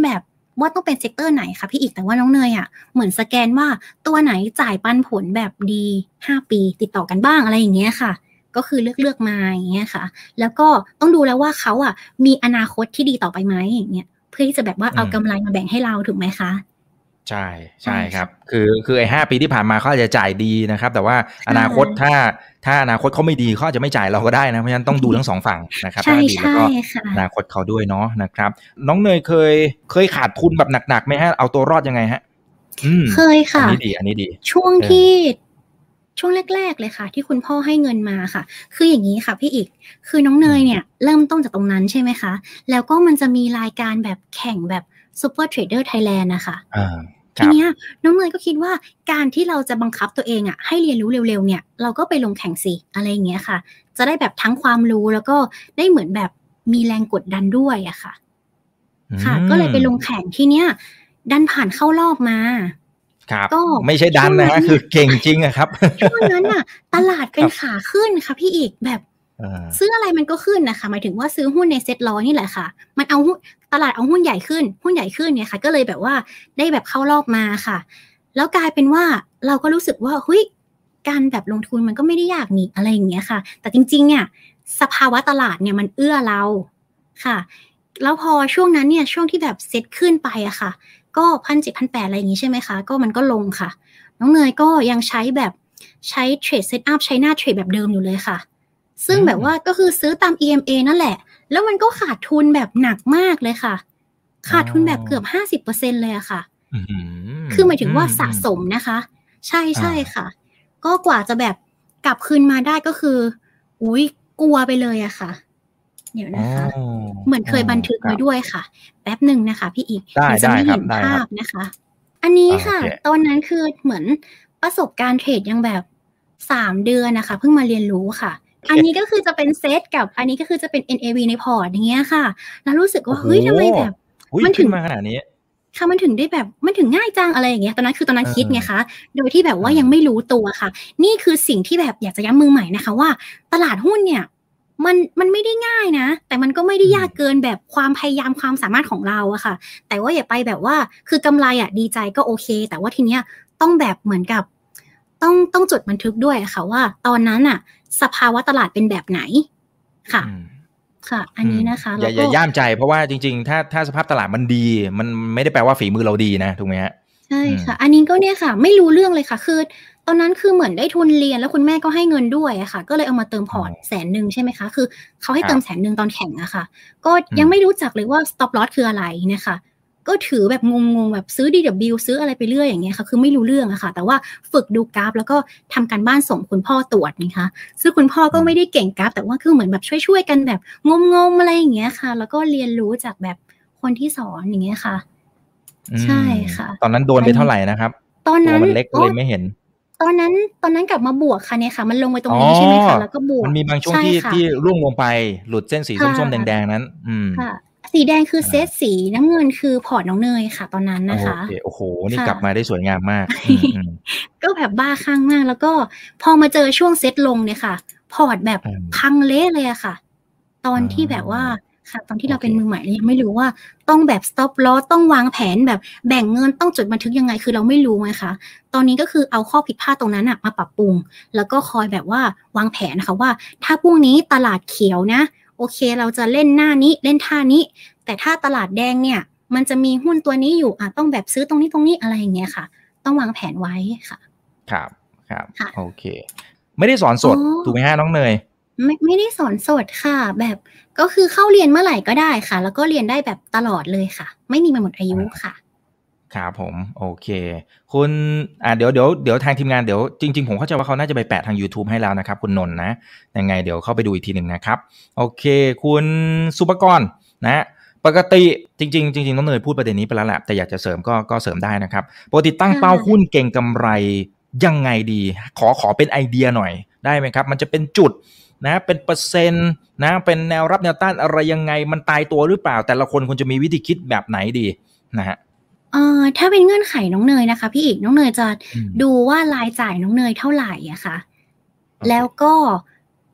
ว่าต้องเป็นเซกเตอร์ไหนค่ะพี่อีกแต่ว่าน้องเนยอ่ะเหมือนสแกนว่าตัวไหนจ่ายปันผลแบบดี5 ปีติดต่อกันบ้างอะไรอย่างเงี้ยค่ะก็คือเลือกมาอย่างเงี้ยค่ะแล้วก็ต้องดูแล้วว่าเขาอ่ะมีอนาคตที่ดีต่อไปไหมอย่างเงี้ยเพื่อที่จะแบบว่าเอากำไรมาแบ่งให้เราถูกไหมคะใช่ใช่ครับคือไอ้5 ปีที่ผ่านมาเขาอาจจะจ่ายดีนะครับแต่ว่าอนาคตถ้าอนาคตเขาไม่ดีเขาอาจจะไม่จ่ายเราก็ได้นะเพราะฉะนั้นต้องดูทั้ง2ฝั่งนะครับทั้งอดีตแล้วก็อนาคตเขาด้วยเนาะนะครับน้องเนยเคยขาดทุนแบบหนักๆไหมฮะเอาตัวรอดยังไงฮะเคยค่ะอันนี้ดีช่วงแรกๆเลยค่ะที่คุณพ่อให้เงินมาค่ะคืออย่างนี้ค่ะพี่อีกคือน้องเนยเนี่ยเริ่มต้นจากตรงนั้นใช่ไหมคะแล้วก็มันจะมีรายการแบบแข่งแบบ Super Trader Thailand นะคะทีเนี้ยน้องเนยก็คิดว่าการที่เราจะบังคับตัวเองอ่ะให้เรียนรู้เร็วๆเนี่ยเราก็ไปลงแข่งสิอะไรอย่างเงี้ยค่ะจะได้แบบทั้งความรู้แล้วก็ได้เหมือนแบบมีแรงกดดันด้วยอะค่ะค่ะก็เลยไปลงแข่งที่เนี้ยดันผ่านเข้ารอบมาก็ไม่ใช่ดันนะฮะคือเก่งจริงอะครับช่วงนั้นน่ะตลาดเป็นขาขึ้นค่ะพี่อีกแบบซื้ออะไรมันก็ขึ้นนะคะหมายถึงว่าซื้อหุ้นในเซ็ตร้อยนี่แหละค่ะมันเอาตลาดเอาหุ้นใหญ่ขึ้นเนี่ยค่ะก็เลยแบบว่าได้แบบเข้ารอบมาค่ะแล้วกลายเป็นว่าเราก็รู้สึกว่าเฮ้ยการแบบลงทุนมันก็ไม่ได้ยากนี่อะไรอย่างเงี้ยค่ะแต่จริงๆเนี่ยสภาวะตลาดเนี่ยมันเอื้อเราค่ะแล้วพอช่วงนั้นเนี่ยช่วงที่แบบเซ็ตขึ้นไปอะค่ะก็1,700-1,800อะไรอย่างงี้ใช่ไหมคะก็มันก็ลงค่ะน้องเนยก็ยังใช้เทรดเซตอัพใช้หน้าเทรดแบบเดิมอยู่เลยค่ะซึ่งแบบว่าก็คือซื้อตาม EMA นั่นแหละแล้วมันก็ขาดทุนแบบหนักมากเลยค่ะขาดทุนแบบเกือบ 50% เลยอะค่ะคือหมายถึงว่าสะสมนะคะใช่ค่ะก็กว่าจะแบบกลับคืนมาได้ก็คืออุ๊ยกลัวไปเลยอะค่ะเดี๋ยวนะคะเหมือนเคยบันทึกไว้ด้วยค่ะแป๊บนึงนะคะพี่อีกเดี๋ยวจะไม่เห็นภาพนะคะอันนี้ค่ะตอนนั้นคือเหมือนประสบการณ์เทรดยังแบบ3 เดือนนะคะเพิ่งมาเรียนรู้ค่ะอันนี้ก็คือจะเป็นเซตกับอันนี้ก็คือจะเป็น NAV ในพอร์ตอย่างเงี้ยค่ะแล้วรู้สึกว่าเฮ้ยทำไมแบบมันถึงมาขนาดนี้ค่ะมันถึงได้แบบมันถึงง่ายจังอะไรอย่างเงี้ยตอนนั้นคิดไงคะโดยที่แบบว่ายังไม่รู้ตัวค่ะนี่คือสิ่งที่แบบอยากจะย้ำมือใหม่นะคะว่าตลาดหุ้นเนี่ยมันไม่ได้ง่ายนะแต่มันก็ไม่ได้ยากเกินแบบความพยายามความสามารถของเราอะค่ะแต่ว่าอย่าไปแบบว่าคือกำไรอะดีใจก็โอเคแต่ว่าทีเนี้ยต้องแบบเหมือนกับต้องจดบันทึกด้วยค่ะว่าตอนนั้นอะสภาวะตลาดเป็นแบบไหนค่ะค่ะอันนี้นะคะอย่าย่ามใจเพราะว่าจริงๆถ้าสภาพตลาดมันดีมันไม่ได้แปลว่าฝีมือเราดีนะถูกไหมฮะใช่ค่ะอันนี้ก็เนี่ยค่ะไม่รู้เรื่องเลยค่ะคือตอนนั้นคือเหมือนได้ทุนเรียนแล้วคุณแม่ก็ให้เงินด้วยอะค่ะก็เลยเอามาเติมพอร์ต100,000ใช่ไหมคะคือเขาให้เติม100,000ตอนแข่งอะค่ะก็ยังไม่รู้จักเลยว่า stop loss คืออะไรเนี่ยค่ะก็ถือแบบงงๆแบบซื้อ DW ซื้ออะไรไปเรื่อยอย่างเงี้ยค่ะคือไม่รู้เรื่องอะค่ะแต่ว่าฝึกดูกราฟแล้วก็ทำการบ้านส่งคุณพ่อตรวจนะคะซึ่งคุณพ่อก็ไม่ได้เก่งกราฟแต่ว่าคือเหมือนแบบช่วยกันแบบงมๆอะไรอย่างเงี้ยค่ะแล้วก็เรียนรู้จากแบบคนที่สอนอย่างเงี้ยค่ะใช่ค่ะตอนนั้นโดนไปเท่าไหร่นะครับตอนนั้นมันเล็กเลยไม่เห็นตอนนั้นกลับมาบวกค่ะเนี่ยค่ะมันลงไปตรงนี้ใช่ไหมคะแล้วก็บวกมันมีบางช่วงที่ร่วงลงไปหลุดเส้นสีส้มๆแดงๆนั้นค่ะสีแดงคือเซตสีน้ำเงินคือพอร์ตน้องเนยค่ะตอนนั้นนะคะโอเคนี่กลับมาได้สวยงามมากก็แบบบ้าคลั่งมากแล้วก็พอมาเจอช่วงเซตลงเนี่ยค่ะพอร์ตแบบพังเละเลยอะค่ะตอนที่แบบว่าค่ะตอนที่เราเป็นมือใหม่เรายังไม่รู้ว่าต้องแบบ stop loss ต้องวางแผนแบบแบ่งเงินต้องจดบันทึกยังไงคือเราไม่รู้ไงคะตอนนี้ก็คือเอาข้อผิดพลาดตรงนั้นมาปรับปรุงแล้วก็คอยแบบว่าวางแผนนะคะว่าถ้าพรุ่งนี้ตลาดเขียวนะโอเคเราจะเล่นหน้านี้เล่นท่านี้แต่ถ้าตลาดแดงเนี่ยมันจะมีหุ้นตัวนี้อยู่ต้องแบบซื้อตรงนี้อะไรอย่างเงี้ยค่ะต้องวางแผนไว้ค่ะครับโอเคไม่ได้สอนสดถูกไหมฮะน้องเนยไม่ได้สอนสดค่ะแบบก็คือเข้าเรียนเมื่อไหร่ก็ได้ค่ะแล้วก็เรียนได้แบบตลอดเลยค่ะไม่มีวันหมดอายุค่ะครับผมโอเคคุณเดี๋ยวทางทีมงานเดี๋ยวจริงๆผมเข้าใจว่าเขาน่าจะไปแปะทาง YouTube ให้แล้วนะครับคุณนนท์นะยังไงเดี๋ยวเข้าไปดูอีกทีนึงนะครับโอเคคุณสุภกรนะปกติจริงน้องเนยพูดประเด็นนี้ไปแล้วแหละแต่อยากจะเสริมก็เสริมได้นะครับปกติตั้งเป้าหุ้นเก่งกำไรยังไงดีขอเป็นไอเดียหน่อยได้ไหมครับมันจะเป็นจุดนะเป็นเปอร์เซ็นต์นะเป็นแนวรับแนวต้านอะไรยังไงมันตายตัวหรือเปล่าแต่ละคนควรจะมีวิธีคิดแบบไหนดีนะฮะถ้าเป็นเงื่อนไขน้องเนยนะคะพี่อีกน้องเนยจะดูว่ารายจ่ายน้องเนยเท่าไหร่อะค่ะแล้วก็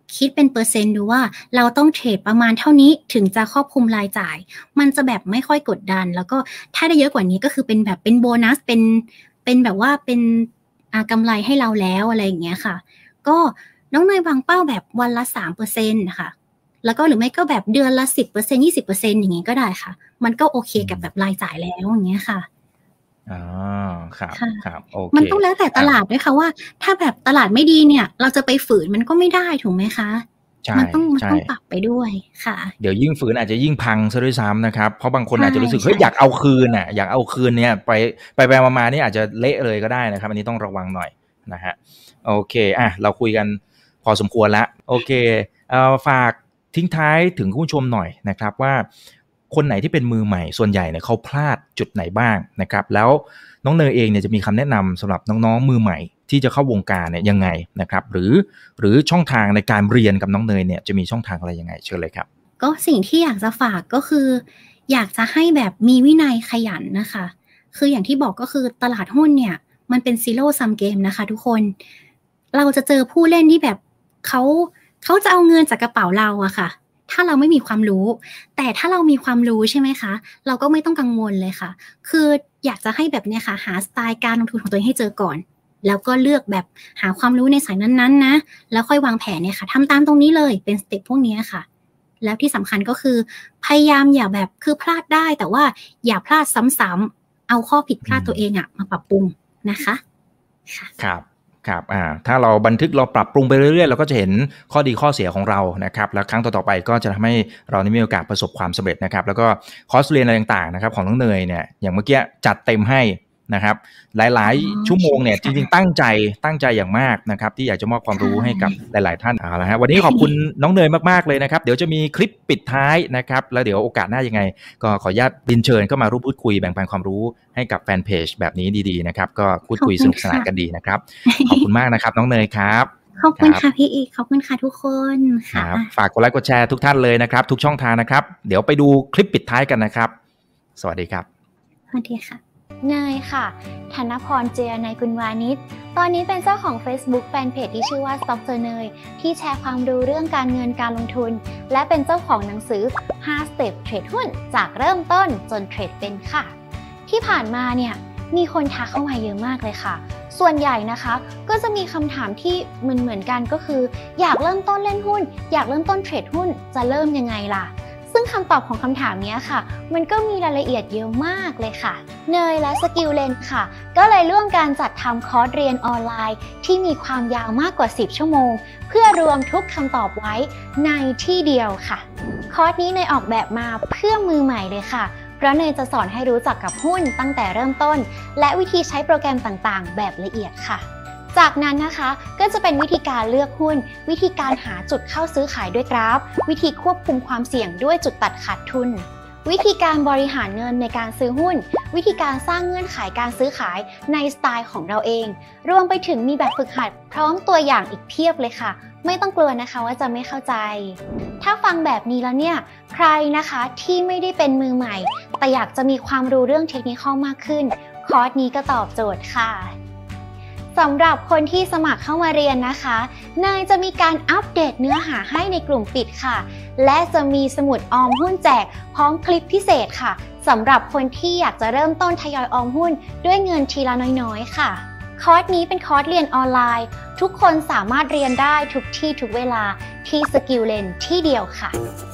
คิดเป็นเปอร์เซ็นต์ดูว่าเราต้องเทรดประมาณเท่านี้ถึงจะครอบคลุมรายจ่ายมันจะแบบไม่ค่อยกดดันแล้วก็ถ้าได้เยอะกว่านี้ก็คือเป็นแบบเป็นโบนัสเป็นแบบว่าเป็นกำไรให้เราแล้วอะไรอย่างเงี้ยค่ะก็น้องเนยวางเป้าแบบวันละ 3% นะคะแล้วก็หรือไม่ก็แบบเดือนละ 10% 20% อย่างงี้ก็ได้ค่ะมันก็โอเคกับแบบรายจ่ายแล้วอย่างเงี้ยค่ะอ๋อครับครับโอเคมันต้องแล้วแต่ตลาดด้วยค่ะว่าถ้าแบบตลาดไม่ดีเนี่ยเราจะไปฝืนมันก็ไม่ได้ถูกไหมคะมันต้องปรับไปด้วยค่ะเดี๋ยวยิ่งฝืนอาจจะยิ่งพังซะด้วยซ้ำนะครับเพราะบางคนอาจจะรู้สึกเฮ้ยอยากเอาคืนอยากเอาคืนเนี่ยไปมานี่อาจจะเละเลยก็ได้นะครับอันนี้ต้องระวังหน่อยนะฮะโอเคเราคุยกันพอสมควรแล้วโอเคฝากทิ้งท้ายถึงผู้ชมหน่อยนะครับว่าคนไหนที่เป็นมือใหม่ส่วนใหญ่เนี่ยเขาพลาดจุดไหนบ้างนะครับแล้วน้องเนยเองเนี่ยจะมีคำแนะนำสำหรับน้องๆมือใหม่ที่จะเข้าวงการเนี่ยยังไงนะครับหรือช่องทางในการเรียนกับน้องเนยเนี่ยจะมีช่องทางอะไรยังไงเชิญเลยครับก็สิ่งที่อยากจะฝากก็คืออยากจะให้แบบมีวินัยขยันนะคะคืออย่างที่บอกก็คือตลาดหุ้นเนี่ยมันเป็น zero sum game นะคะทุกคนเราจะเจอผู้เล่นที่แบบเขาจะเอาเงินจากกระเป๋าเราอะค่ะถ้าเราไม่มีความรู้แต่ถ้าเรามีความรู้ใช่ไหมคะเราก็ไม่ต้องกังวลเลยค่ะคืออยากจะให้แบบเนี้ยค่ะหาสไตล์การลงทุนของตัวเองให้เจอก่อนแล้วก็เลือกแบบหาความรู้ในสายนั้นๆนะแล้วค่อยวางแผนเนี่ยค่ะทำตามตรงนี้เลยเป็นสเต็ปพวกนี้ค่ะแล้วที่สำคัญก็คือพยายามอย่าแบบคือพลาดได้แต่ว่าอย่าพลาดซ้ำๆเอาข้อผิดพลาดตัวเองมาปรับปรุงนะคะครับถ้าเราบันทึกเราปรับปรุงไปเรื่อยๆเราก็จะเห็นข้อดีข้อเสียของเรานะครับแล้วครั้งต่อๆไปก็จะทำให้เรามีโอกาสประสบความสำเร็จนะครับแล้วก็คอร์สเรียนอะไรต่างๆนะครับของน้องเนยเนี่ยอย่างเมื่อกี้จัดเต็มให้นะครับหลายๆชั่วโมงเนี่ยจริงๆตั้งใจอย่างมากนะครับที่อยากจะมอบความรู้ให้กับหลายๆท่านเอาละฮะวันนี้ขอบคุณน้องเนยมากๆเลยนะครับเดี๋ยวจะมีคลิปปิดท้ายนะครับแล้วเดี๋ยวโอกาสหน้ายังไงก็ขออนุญาตเรียนเชิญเข้ามาร่วมพูดคุยแบ่งปันความรู้ให้กับแฟนเพจแบบนี้ดีๆนะครับก็พูดคุยสนุกสนานกันดีนะครับขอบคุณมากนะครับน้องเนยครับขอบคุณค่ะพี่อีกขอบคุณค่ะทุกคนค่ะฝากกดไลค์กดแชร์ทุกท่านเลยนะครับทุกช่องทางนะครับเดี๋ยวไปดูคลิปปิดท้ายกันนะครับสวัสดีครับสวัสดีค่ะเนยค่ะธนพรเจยนัยกุลวานิชตอนนี้เป็นเจ้าของ Facebook แฟนเพจที่ชื่อว่า Stock เนยที่แชร์ความรู้เรื่องการเงินการลงทุนและเป็นเจ้าของหนังสือ5 Step เทรดหุ้นจากเริ่มต้นจนเทรดเป็นค่ะที่ผ่านมาเนี่ยมีคนทักเข้ามาเยอะมากเลยค่ะส่วนใหญ่นะคะก็จะมีคำถามที่เหมือนกันก็คืออยากเริ่มต้นเล่นหุ้นอยากเริ่มต้นเทรดหุ้นจะเริ่มยังไงล่ะซึ่งคำตอบของคำถามนี้ค่ะมันก็มีรายละเอียดเยอะมากเลยค่ะเนยและสกิลเลนค่ะก็เลยร่วมการจัดทำคอร์สเรียนออนไลน์ที่มีความยาวมากกว่า10ชั่วโมงเพื่อรวมทุกคำตอบไว้ในที่เดียวค่ะคอร์สนี้เนยออกแบบมาเพื่อมือใหม่เลยค่ะเพราะเนยจะสอนให้รู้จักกับหุ้นตั้งแต่เริ่มต้นและวิธีใช้โปรแกรมต่างๆแบบละเอียดค่ะจากนั้นนะคะก็จะเป็นวิธีการเลือกหุ้นวิธีการหาจุดเข้าซื้อขายด้วยกราฟวิธีควบคุมความเสี่ยงด้วยจุดตัดขาดทุนวิธีการบริหารเงินในการซื้อหุ้นวิธีการสร้างเงื่อนไขการซื้อขายในสไตล์ของเราเองรวมไปถึงมีแบบฝึกหัดพร้อมตัวอย่างอีกเพียบเลยค่ะไม่ต้องกลัวนะคะว่าจะไม่เข้าใจถ้าฟังแบบนี้แล้วเนี่ยใครนะคะที่ไม่ได้เป็นมือใหม่แต่อยากจะมีความรู้เรื่องเทคนิคมากขึ้นคอร์สนี้ก็ตอบโจทย์ค่ะสำหรับคนที่สมัครเข้ามาเรียนนะคะเนยจะมีการอัปเดตเนื้อหาให้ในกลุ่มปิดค่ะและจะมีสมุดออมหุ้นแจกพร้อมคลิปพิเศษค่ะสำหรับคนที่อยากจะเริ่มต้นทยอยออมหุ้นด้วยเงินทีละน้อยๆค่ะคอร์สนี้เป็นคอร์สเรียนออนไลน์ทุกคนสามารถเรียนได้ทุกที่ทุกเวลาที่สกิลเลนที่เดียวค่ะ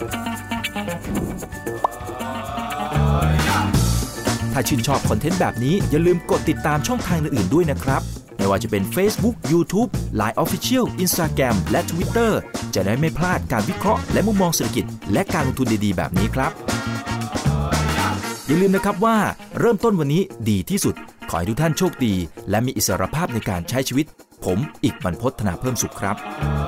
ถ้าชื่นชอบคอนเทนต์แบบนี้อย่าลืมกดติดตามช่องทางอื่นๆด้วยนะครับไม่ว่าจะเป็น Facebook, YouTube, Line Official, Instagram และ Twitter จะได้ไม่พลาดการวิเคราะห์และมุมมองเศรษฐกิจและการลงทุนดีๆแบบนี้ครับอย่าลืมนะครับว่าเริ่มต้นวันนี้ดีที่สุดขอให้ทุกท่านโชคดีและมีอิสรภาพในการใช้ชีวิตผมอีกบรรพต ธนาเพิ่มสุขครับ